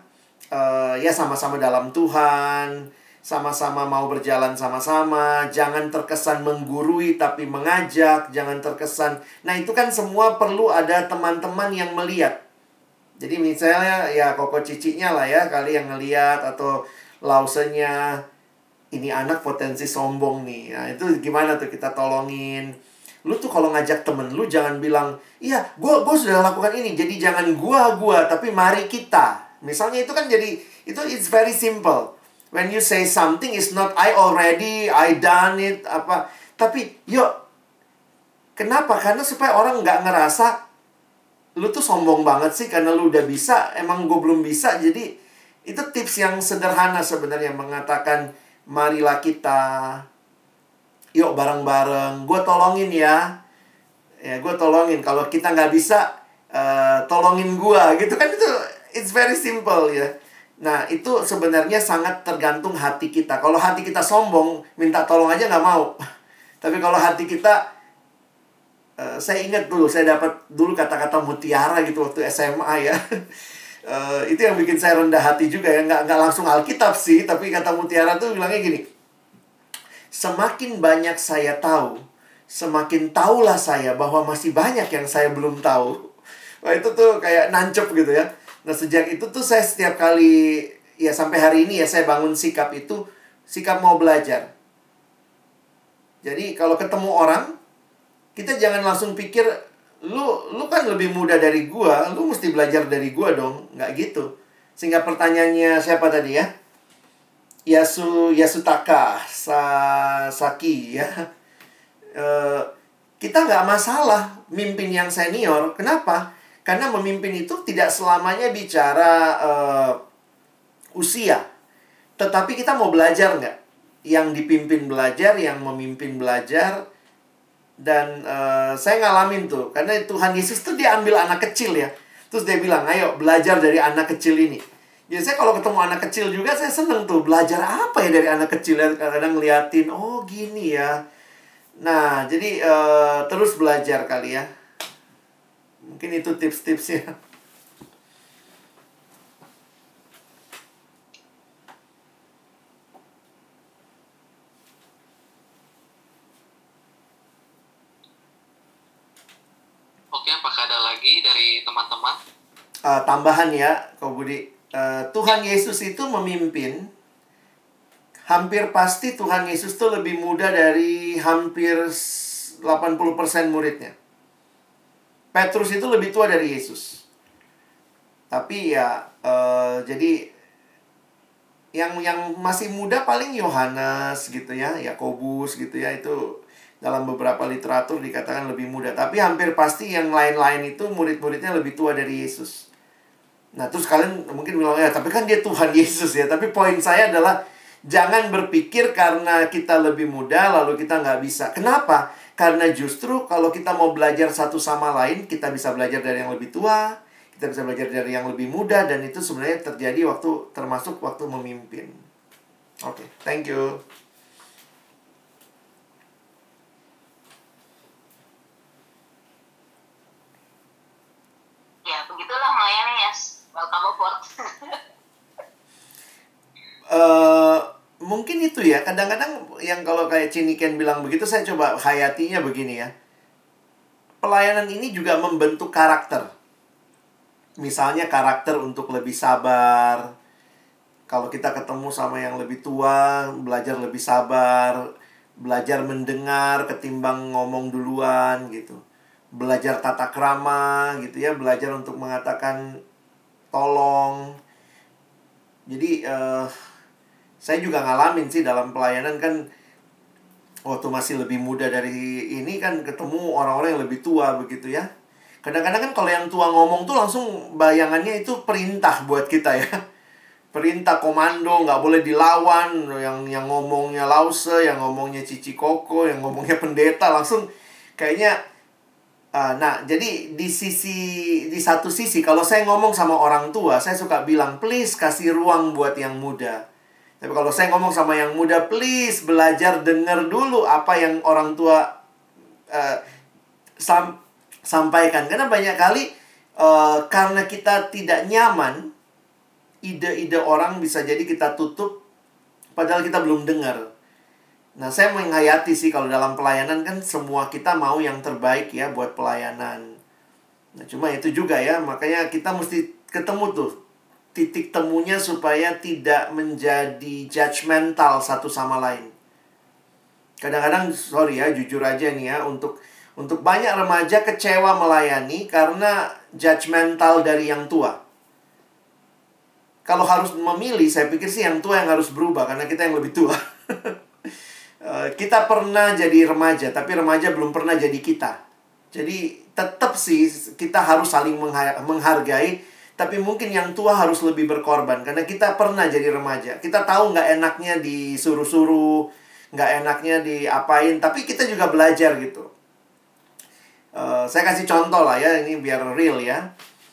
Speaker 2: ya sama-sama dalam Tuhan. Sama-sama mau berjalan sama-sama. Jangan terkesan menggurui tapi mengajak. Jangan terkesan. Nah, itu kan semua perlu ada teman-teman yang melihat. Jadi misalnya ya koko cicinya lah ya kali yang ngelihat. Atau lausenya, ini anak potensi sombong nih. Nah, itu gimana tuh kita tolongin. Lu tuh kalau ngajak temen lu jangan bilang, iya gue sudah lakukan ini. Jadi jangan gua tapi mari kita. Misalnya itu kan jadi, it's very simple. When you say something, it's not I done it, apa. Tapi, yuk. Kenapa? Karena supaya orang nggak ngerasa, lu tuh sombong banget sih karena lu udah bisa, emang gue belum bisa. Jadi, itu tips yang sederhana sebenarnya. Mengatakan, marilah kita, yuk bareng-bareng. Gue tolongin ya. Ya, gue tolongin. Kalau kita nggak bisa, tolongin gue. Gitu kan itu, it's very simple ya. Nah, itu sebenarnya sangat tergantung hati kita. Kalau hati kita sombong, minta tolong aja nggak mau. Tapi kalau hati kita, saya ingat dulu, saya dapat dulu kata-kata mutiara gitu waktu SMA ya. Itu yang bikin saya rendah hati juga ya. Nggak langsung Alkitab sih, tapi kata mutiara tuh bilangnya gini. Semakin banyak saya tahu, semakin tahulah saya bahwa masih banyak yang saya belum tahu. Wah, itu tuh kayak nancep gitu ya. Nah, sejak itu tuh saya setiap kali, ya sampai hari ini ya saya bangun sikap itu, sikap mau belajar. Jadi kalau ketemu orang, kita jangan langsung pikir, lu kan lebih muda dari gua, lu mesti belajar dari gua dong. Nggak gitu. Sehingga pertanyaannya siapa tadi ya? Yasutaka Saki ya. Kita nggak masalah mimpin yang senior. Kenapa? Karena memimpin itu tidak selamanya bicara usia. Tetapi kita mau belajar nggak? Yang dipimpin belajar, yang memimpin belajar. Dan saya ngalamin tuh. Karena Tuhan Yesus tuh dia ambil anak kecil ya. Terus dia bilang, ayo belajar dari anak kecil ini. Jadi saya kalau ketemu anak kecil juga saya seneng tuh. Belajar apa ya dari anak kecil? Kadang-kadang ngeliatin, oh gini ya. Nah, jadi terus belajar kali ya. Mungkin itu tips-tipsnya.
Speaker 8: Oke, apakah ada lagi dari teman-teman?
Speaker 2: Tambahan ya, Kak Budi. Tuhan Yesus itu memimpin. Hampir pasti Tuhan Yesus itu lebih muda dari hampir 80% muridnya. Petrus itu lebih tua dari Yesus. Tapi ya, jadi yang masih muda paling Yohanes gitu ya, Yakobus gitu ya, itu dalam beberapa literatur dikatakan lebih muda. Tapi hampir pasti yang lain-lain itu murid-muridnya lebih tua dari Yesus. Nah, terus kalian mungkin bilang, ya tapi kan dia Tuhan Yesus ya. Tapi poin saya adalah, jangan berpikir karena kita lebih muda lalu kita nggak bisa. Kenapa? Karena justru kalau kita mau belajar satu sama lain, kita bisa belajar dari yang lebih tua, kita bisa belajar dari yang lebih muda, dan itu sebenarnya terjadi termasuk waktu memimpin. Oke, thank you.
Speaker 3: Ya, begitulah melayani ya. Welcome aboard.
Speaker 2: Mungkin itu ya, kadang-kadang yang kalau kayak Ciniken bilang begitu, saya coba hayatinya begini ya. Pelayanan ini juga membentuk karakter. Misalnya karakter untuk lebih sabar. Kalau kita ketemu sama yang lebih tua, belajar lebih sabar, belajar mendengar ketimbang ngomong duluan gitu. Belajar tata krama gitu ya, belajar untuk mengatakan tolong. Jadi saya juga ngalamin sih dalam pelayanan kan, waktu masih lebih muda dari ini kan ketemu orang-orang yang lebih tua begitu ya. Kadang-kadang kan kalau yang tua ngomong tuh langsung bayangannya itu perintah buat kita ya. Perintah komando, nggak boleh dilawan. Yang ngomongnya Lause, yang ngomongnya Cici Koko, yang ngomongnya pendeta, langsung kayaknya. Nah, jadi di satu sisi kalau saya ngomong sama orang tua, saya suka bilang, please kasih ruang buat yang muda. Tapi kalau saya ngomong sama yang muda, please belajar dengar dulu apa yang orang tua sampaikan. Karena banyak kali karena kita tidak nyaman, ide-ide orang bisa jadi kita tutup, padahal kita belum dengar. Nah, saya menghayati sih kalau dalam pelayanan kan semua kita mau yang terbaik ya buat pelayanan. Nah, cuma itu juga ya, makanya kita mesti ketemu tuh titik temunya supaya tidak menjadi judgmental satu sama lain. Kadang-kadang, sorry ya, jujur aja nih ya, untuk banyak remaja kecewa melayani karena judgmental dari yang tua. Kalau harus memilih, saya pikir sih yang tua yang harus berubah, karena kita yang lebih tua. Kita pernah jadi remaja, tapi remaja belum pernah jadi kita. Jadi tetap sih kita harus saling menghargai. Tapi mungkin yang tua harus lebih berkorban. Karena kita pernah jadi remaja. Kita tahu nggak enaknya disuruh-suruh, nggak enaknya diapain. Tapi kita juga belajar gitu. Saya kasih contoh lah ya, ini biar real ya.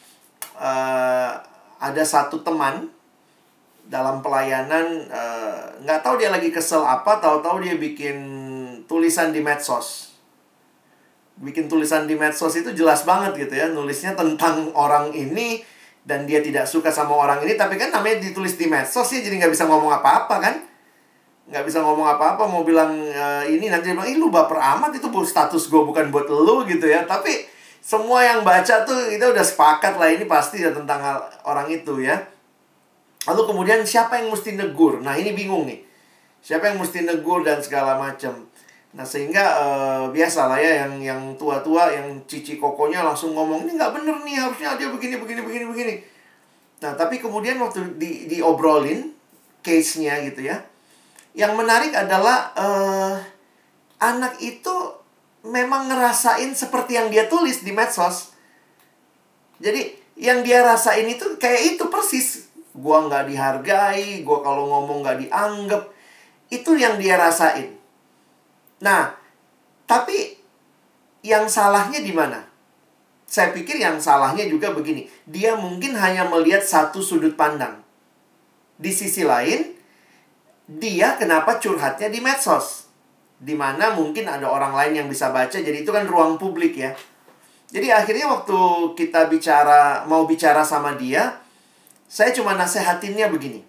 Speaker 2: Ada satu teman dalam pelayanan, nggak tahu dia lagi kesel apa, tahu-tahu dia bikin tulisan di medsos. Bikin tulisan di medsos itu jelas banget gitu ya. Nulisnya tentang orang ini, dan dia tidak suka sama orang ini. Tapi kan namanya ditulis di medsos ya, jadi nggak bisa ngomong apa-apa kan. Nggak bisa ngomong apa-apa, mau bilang ini, nanti dia bilang, ih lu baper amat, itu status gue bukan buat lu gitu ya. Tapi semua yang baca tuh kita udah sepakat lah, ini pasti ya tentang orang itu ya. Lalu kemudian siapa yang mesti negur? Nah, ini bingung nih. Siapa yang mesti negur dan segala macam. Nah, sehingga biasalah ya, yang tua-tua, yang Cici Kokonya langsung ngomong, ini nggak bener nih, harusnya dia begini. Nah, tapi kemudian waktu diobrolin case-nya gitu ya, yang menarik adalah anak itu memang ngerasain seperti yang dia tulis di medsos. Jadi yang dia rasain itu kayak itu persis. Gua nggak dihargai, gua kalau ngomong nggak dianggap. Itu yang dia rasain. Nah, tapi yang salahnya di mana? Saya pikir yang salahnya juga begini. Dia mungkin hanya melihat satu sudut pandang. Di sisi lain, dia kenapa curhatnya di medsos? Di mana mungkin ada orang lain yang bisa baca, jadi itu kan ruang publik ya. Jadi akhirnya waktu kita mau bicara sama dia, saya cuma nasehatinnya begini.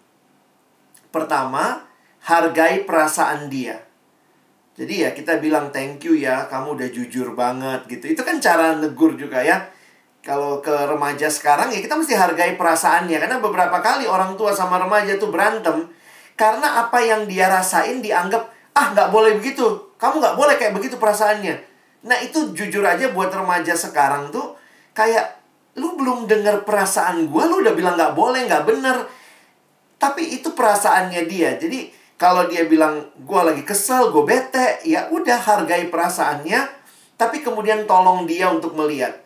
Speaker 2: Pertama, hargai perasaan dia. Jadi ya kita bilang thank you ya, kamu udah jujur banget gitu. Itu kan cara negur juga ya. Kalau ke remaja sekarang ya kita mesti hargai perasaannya. Karena beberapa kali orang tua sama remaja tuh berantem. Karena apa yang dia rasain dianggap, nggak boleh begitu. Kamu nggak boleh kayak begitu perasaannya. Nah itu jujur aja buat remaja sekarang tuh kayak lu belum dengar perasaan gue, lu udah bilang nggak boleh, nggak bener. Tapi itu perasaannya dia. Jadi kalau dia bilang gue lagi kesel, gue bete, ya udah hargai perasaannya. Tapi kemudian tolong dia untuk melihat.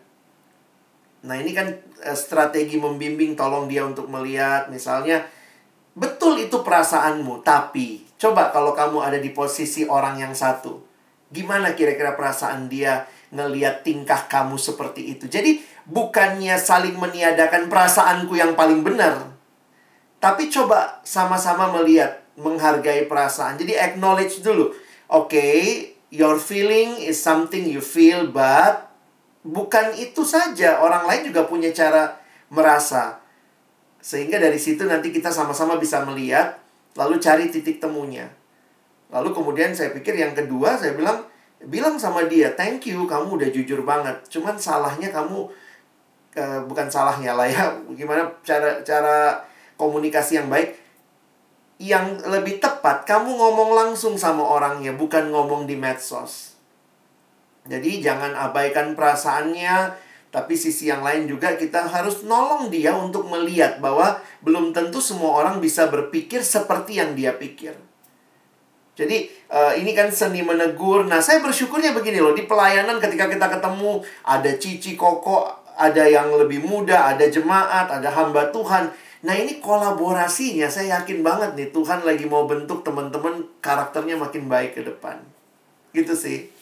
Speaker 2: Nah ini kan strategi membimbing, tolong dia untuk melihat. Misalnya betul itu perasaanmu, tapi coba kalau kamu ada di posisi orang yang satu. Gimana kira-kira perasaan dia ngeliat tingkah kamu seperti itu? Jadi bukannya saling meniadakan perasaanku yang paling benar, tapi coba sama-sama melihat, menghargai perasaan. Jadi acknowledge dulu. Okay, your feeling is something you feel, but bukan itu saja. Orang lain juga punya cara merasa. Sehingga dari situ nanti kita sama-sama bisa melihat, lalu cari titik temunya. Lalu kemudian saya pikir yang kedua, saya bilang sama dia, thank you, kamu udah jujur banget. Cuman salahnya kamu, bukan salahnya lah ya, gimana cara komunikasi yang baik. Yang lebih tepat, kamu ngomong langsung sama orangnya, bukan ngomong di medsos. Jadi jangan abaikan perasaannya, tapi sisi yang lain juga kita harus nolong dia untuk melihat bahwa belum tentu semua orang bisa berpikir seperti yang dia pikir. Jadi ini kan seni menegur. Nah saya bersyukurnya begini loh, di pelayanan ketika kita ketemu, ada Cici, Koko, ada yang lebih muda, ada jemaat, ada hamba Tuhan. Nah ini kolaborasinya, saya yakin banget nih Tuhan lagi mau bentuk teman-teman karakternya makin baik ke depan. Gitu sih.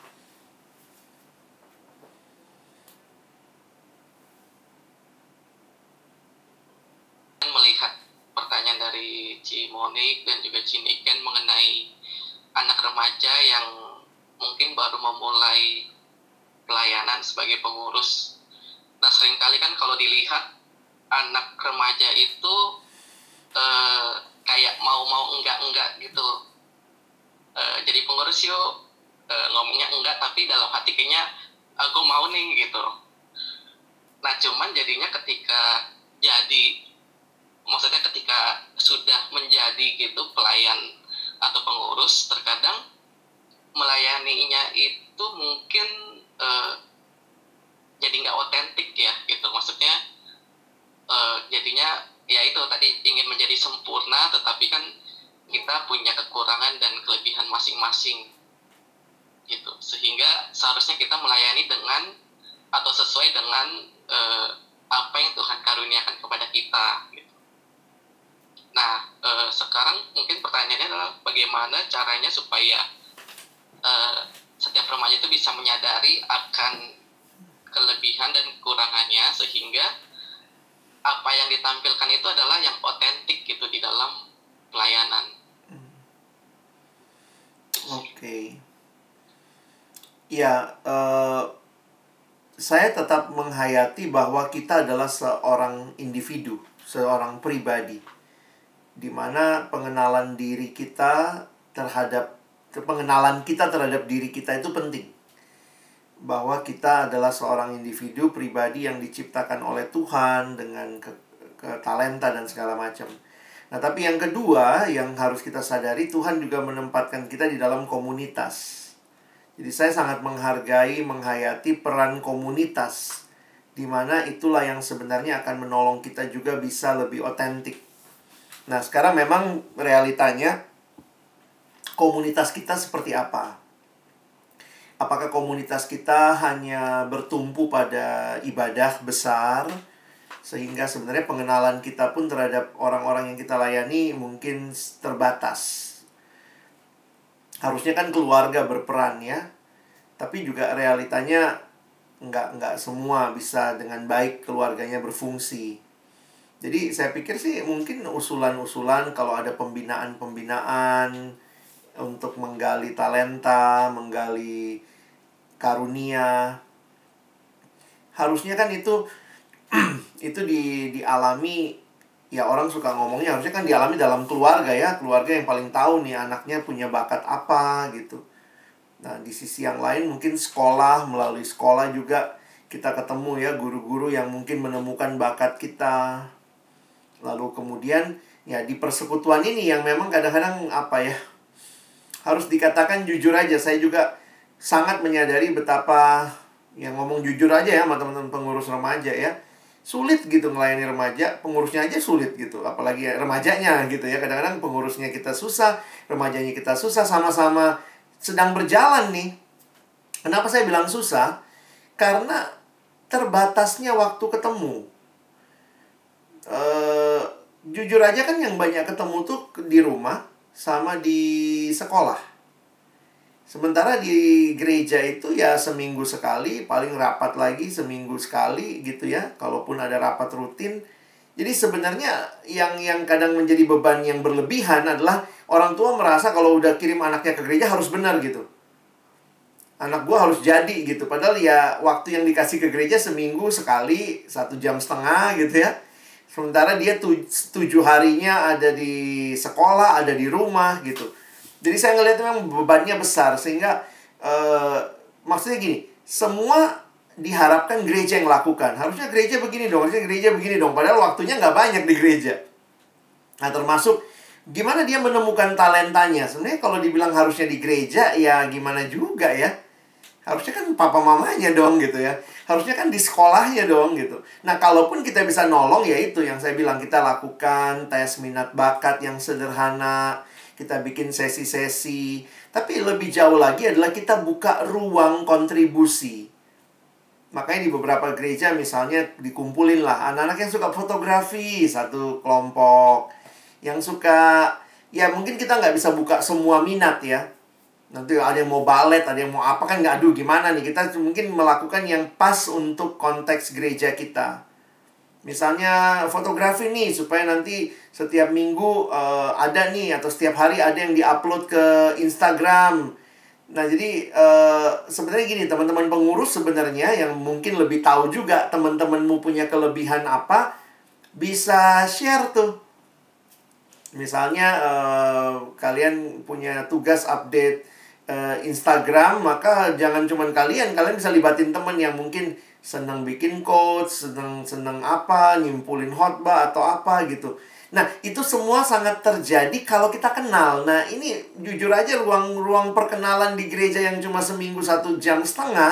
Speaker 8: Melihat pertanyaan dari Ci Monik dan juga Ci Niken mengenai anak remaja yang mungkin baru memulai pelayanan sebagai pengurus. Nah seringkali kan kalau dilihat anak remaja itu kayak mau enggak gitu. Jadi pengurus yuk, ngomongnya enggak tapi dalam hati kayaknya aku mau nih gitu. Nah cuman jadinya ketika ketika sudah menjadi gitu pelayan atau pengurus, terkadang melayaninya itu mungkin jadi nggak otentik ya gitu. Maksudnya jadinya ya itu tadi ingin menjadi sempurna, tetapi kan kita punya kekurangan dan kelebihan masing-masing gitu. Sehingga seharusnya kita melayani dengan atau sesuai dengan apa yang Tuhan karuniakan kepada kita gitu. Nah, sekarang mungkin pertanyaannya adalah bagaimana caranya supaya setiap remaja itu bisa menyadari akan kelebihan dan kekurangannya, sehingga apa yang ditampilkan itu adalah yang otentik gitu di dalam pelayanan.
Speaker 2: Oke. Ya, saya tetap menghayati bahwa kita adalah seorang individu, seorang pribadi, di mana pengenalan kita terhadap diri kita itu penting. Bahwa kita adalah seorang individu pribadi yang diciptakan oleh Tuhan dengan talenta dan segala macam. Nah, tapi yang kedua yang harus kita sadari, Tuhan juga menempatkan kita di dalam komunitas. Jadi saya sangat menghargai, menghayati peran komunitas, di mana itulah yang sebenarnya akan menolong kita juga bisa lebih otentik. Nah, sekarang memang realitanya komunitas kita seperti apa? Apakah komunitas kita hanya bertumpu pada ibadah besar, sehingga sebenarnya pengenalan kita pun terhadap orang-orang yang kita layani mungkin terbatas? Harusnya kan keluarga berperan ya, tapi juga realitanya nggak semua bisa dengan baik keluarganya berfungsi. Jadi saya pikir sih mungkin usulan-usulan kalau ada pembinaan-pembinaan untuk menggali talenta, menggali karunia, Harusnya kan itu itu dialami, ya orang suka ngomongnya harusnya kan dialami dalam keluarga ya. Keluarga yang paling tahu nih anaknya punya bakat apa gitu. Nah, di sisi yang lain mungkin sekolah, melalui sekolah juga kita ketemu ya guru-guru yang mungkin menemukan bakat kita. Lalu kemudian ya di persekutuan ini yang memang kadang-kadang apa ya, harus dikatakan jujur aja, saya juga sangat menyadari betapa, yang ngomong jujur aja ya sama teman-teman pengurus remaja ya, sulit gitu melayani remaja, pengurusnya aja sulit gitu, apalagi ya, remajanya gitu ya. Kadang-kadang pengurusnya kita susah, remajanya kita susah, sama-sama sedang berjalan nih. Kenapa saya bilang susah? Karena terbatasnya waktu ketemu. Jujur aja kan yang banyak ketemu tuh di rumah sama di sekolah. Sementara di gereja itu ya seminggu sekali, paling rapat lagi seminggu sekali gitu ya, kalaupun ada rapat rutin. Jadi sebenarnya yang kadang menjadi beban yang berlebihan adalah orang tua merasa kalau udah kirim anaknya ke gereja harus benar gitu. Anak gua harus jadi gitu. Padahal ya waktu yang dikasih ke gereja seminggu sekali, 1,5 jam gitu ya. Sementara dia 7 harinya ada di sekolah, ada di rumah gitu. Jadi saya ngelihat memang bebannya besar. Sehingga maksudnya gini, semua diharapkan gereja yang lakukan. Harusnya gereja begini dong, harusnya gereja begini dong. Padahal waktunya nggak banyak di gereja. Nah, termasuk gimana dia menemukan talentanya. Sebenarnya kalau dibilang harusnya di gereja, ya gimana juga ya. Harusnya kan papa mamanya dong gitu ya. Harusnya kan di sekolahnya dong gitu. Nah, kalaupun kita bisa nolong, ya itu yang saya bilang, kita lakukan tes minat bakat yang sederhana. Kita bikin sesi-sesi. Tapi lebih jauh lagi adalah kita buka ruang kontribusi. Makanya di beberapa gereja misalnya dikumpulin lah anak-anak yang suka fotografi, satu kelompok. Yang suka, ya mungkin kita nggak bisa buka semua minat ya. Nanti ada yang mau balet, ada yang mau apa, kan nggak, aduh gimana nih. Kita mungkin melakukan yang pas untuk konteks gereja kita. Misalnya fotografi nih, supaya nanti setiap minggu ada nih, atau setiap hari ada yang diupload ke Instagram. Nah, jadi sebenarnya gini, teman-teman pengurus sebenarnya yang mungkin lebih tahu juga teman-temanmu punya kelebihan apa, bisa share tuh. Misalnya kalian punya tugas update Instagram, maka jangan cuman kalian bisa libatin teman yang mungkin senang bikin quotes, senang apa, nyimpulin khotbah atau apa gitu. Nah, itu semua sangat terjadi kalau kita kenal. Nah, ini jujur aja ruang perkenalan di gereja yang cuma seminggu 1,5 jam,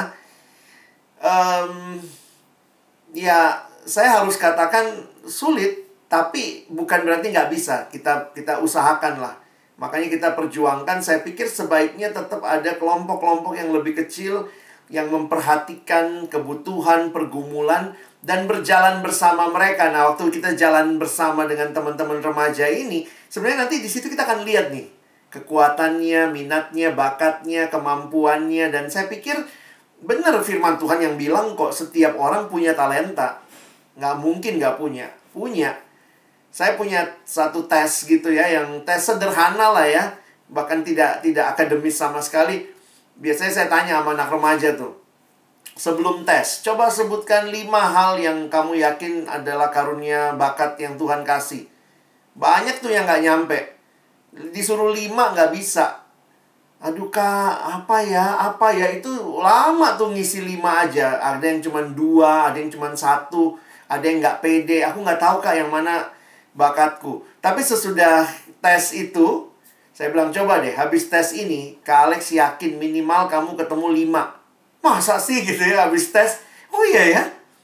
Speaker 2: ya saya harus katakan sulit, tapi bukan berarti nggak bisa. Kita usahakan lah. Makanya kita perjuangkan. Saya pikir sebaiknya tetap ada kelompok-kelompok yang lebih kecil, yang memperhatikan kebutuhan, pergumulan, dan berjalan bersama mereka. Nah, waktu kita jalan bersama dengan teman-teman remaja ini, sebenarnya nanti di situ kita akan lihat nih kekuatannya, minatnya, bakatnya, kemampuannya. Dan saya pikir benar firman Tuhan yang bilang kok setiap orang punya talenta. Nggak mungkin nggak punya. Punya. Saya punya satu tes gitu ya, yang tes sederhana lah ya, bahkan tidak akademis sama sekali. Biasanya saya tanya sama anak remaja tuh, sebelum tes, coba sebutkan 5 hal yang kamu yakin adalah karunia bakat yang Tuhan kasih. Banyak tuh yang nggak nyampe. Disuruh 5 nggak bisa. Aduh kak, apa ya, itu lama tuh ngisi 5 aja. Ada yang cuma 2, ada yang cuma 1, ada yang nggak pede. Aku nggak tahu kak yang mana bakatku. Tapi sesudah tes itu, saya bilang, coba deh, habis tes ini, Kak Alex yakin minimal kamu ketemu 5. Masa sih gitu ya, habis tes? Oh iya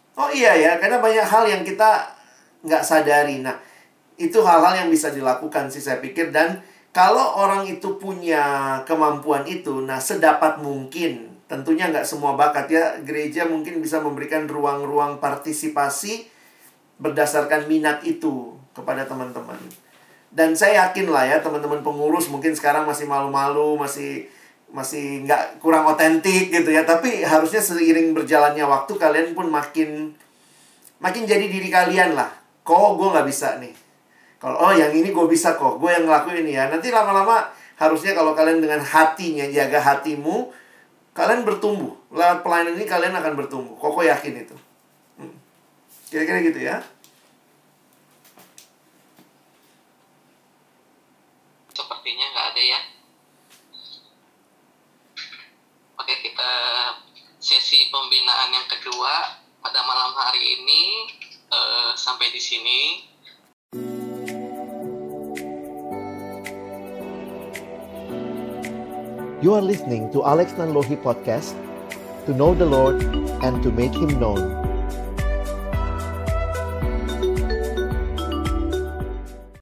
Speaker 2: ya, karena banyak hal yang kita nggak sadari. Nah, itu hal-hal yang bisa dilakukan sih saya pikir. Dan kalau orang itu punya kemampuan itu, nah sedapat mungkin, tentunya nggak semua bakat ya, gereja mungkin bisa memberikan ruang-ruang partisipasi berdasarkan minat itu kepada teman-teman. Dan saya yakin lah ya, teman-teman pengurus mungkin sekarang masih malu-malu, masih nggak, kurang otentik gitu ya. Tapi harusnya seiring berjalannya waktu, kalian pun makin jadi diri kalian lah. Kok gue nggak bisa nih. Kalau yang ini gue bisa kok, gue yang ngelakuin ya. Nanti lama-lama harusnya kalau kalian dengan hatinya, jaga hatimu, kalian bertumbuh. Lewat pelayanan ini kalian akan bertumbuh. Koko yakin itu. Kira-kira gitu ya.
Speaker 8: Sepertinya nggak ada ya. Oke, kita sesi pembinaan yang kedua pada malam hari ini sampai di sini.
Speaker 1: You are listening to Alex Nanlohi Podcast, to know the Lord and to make Him known.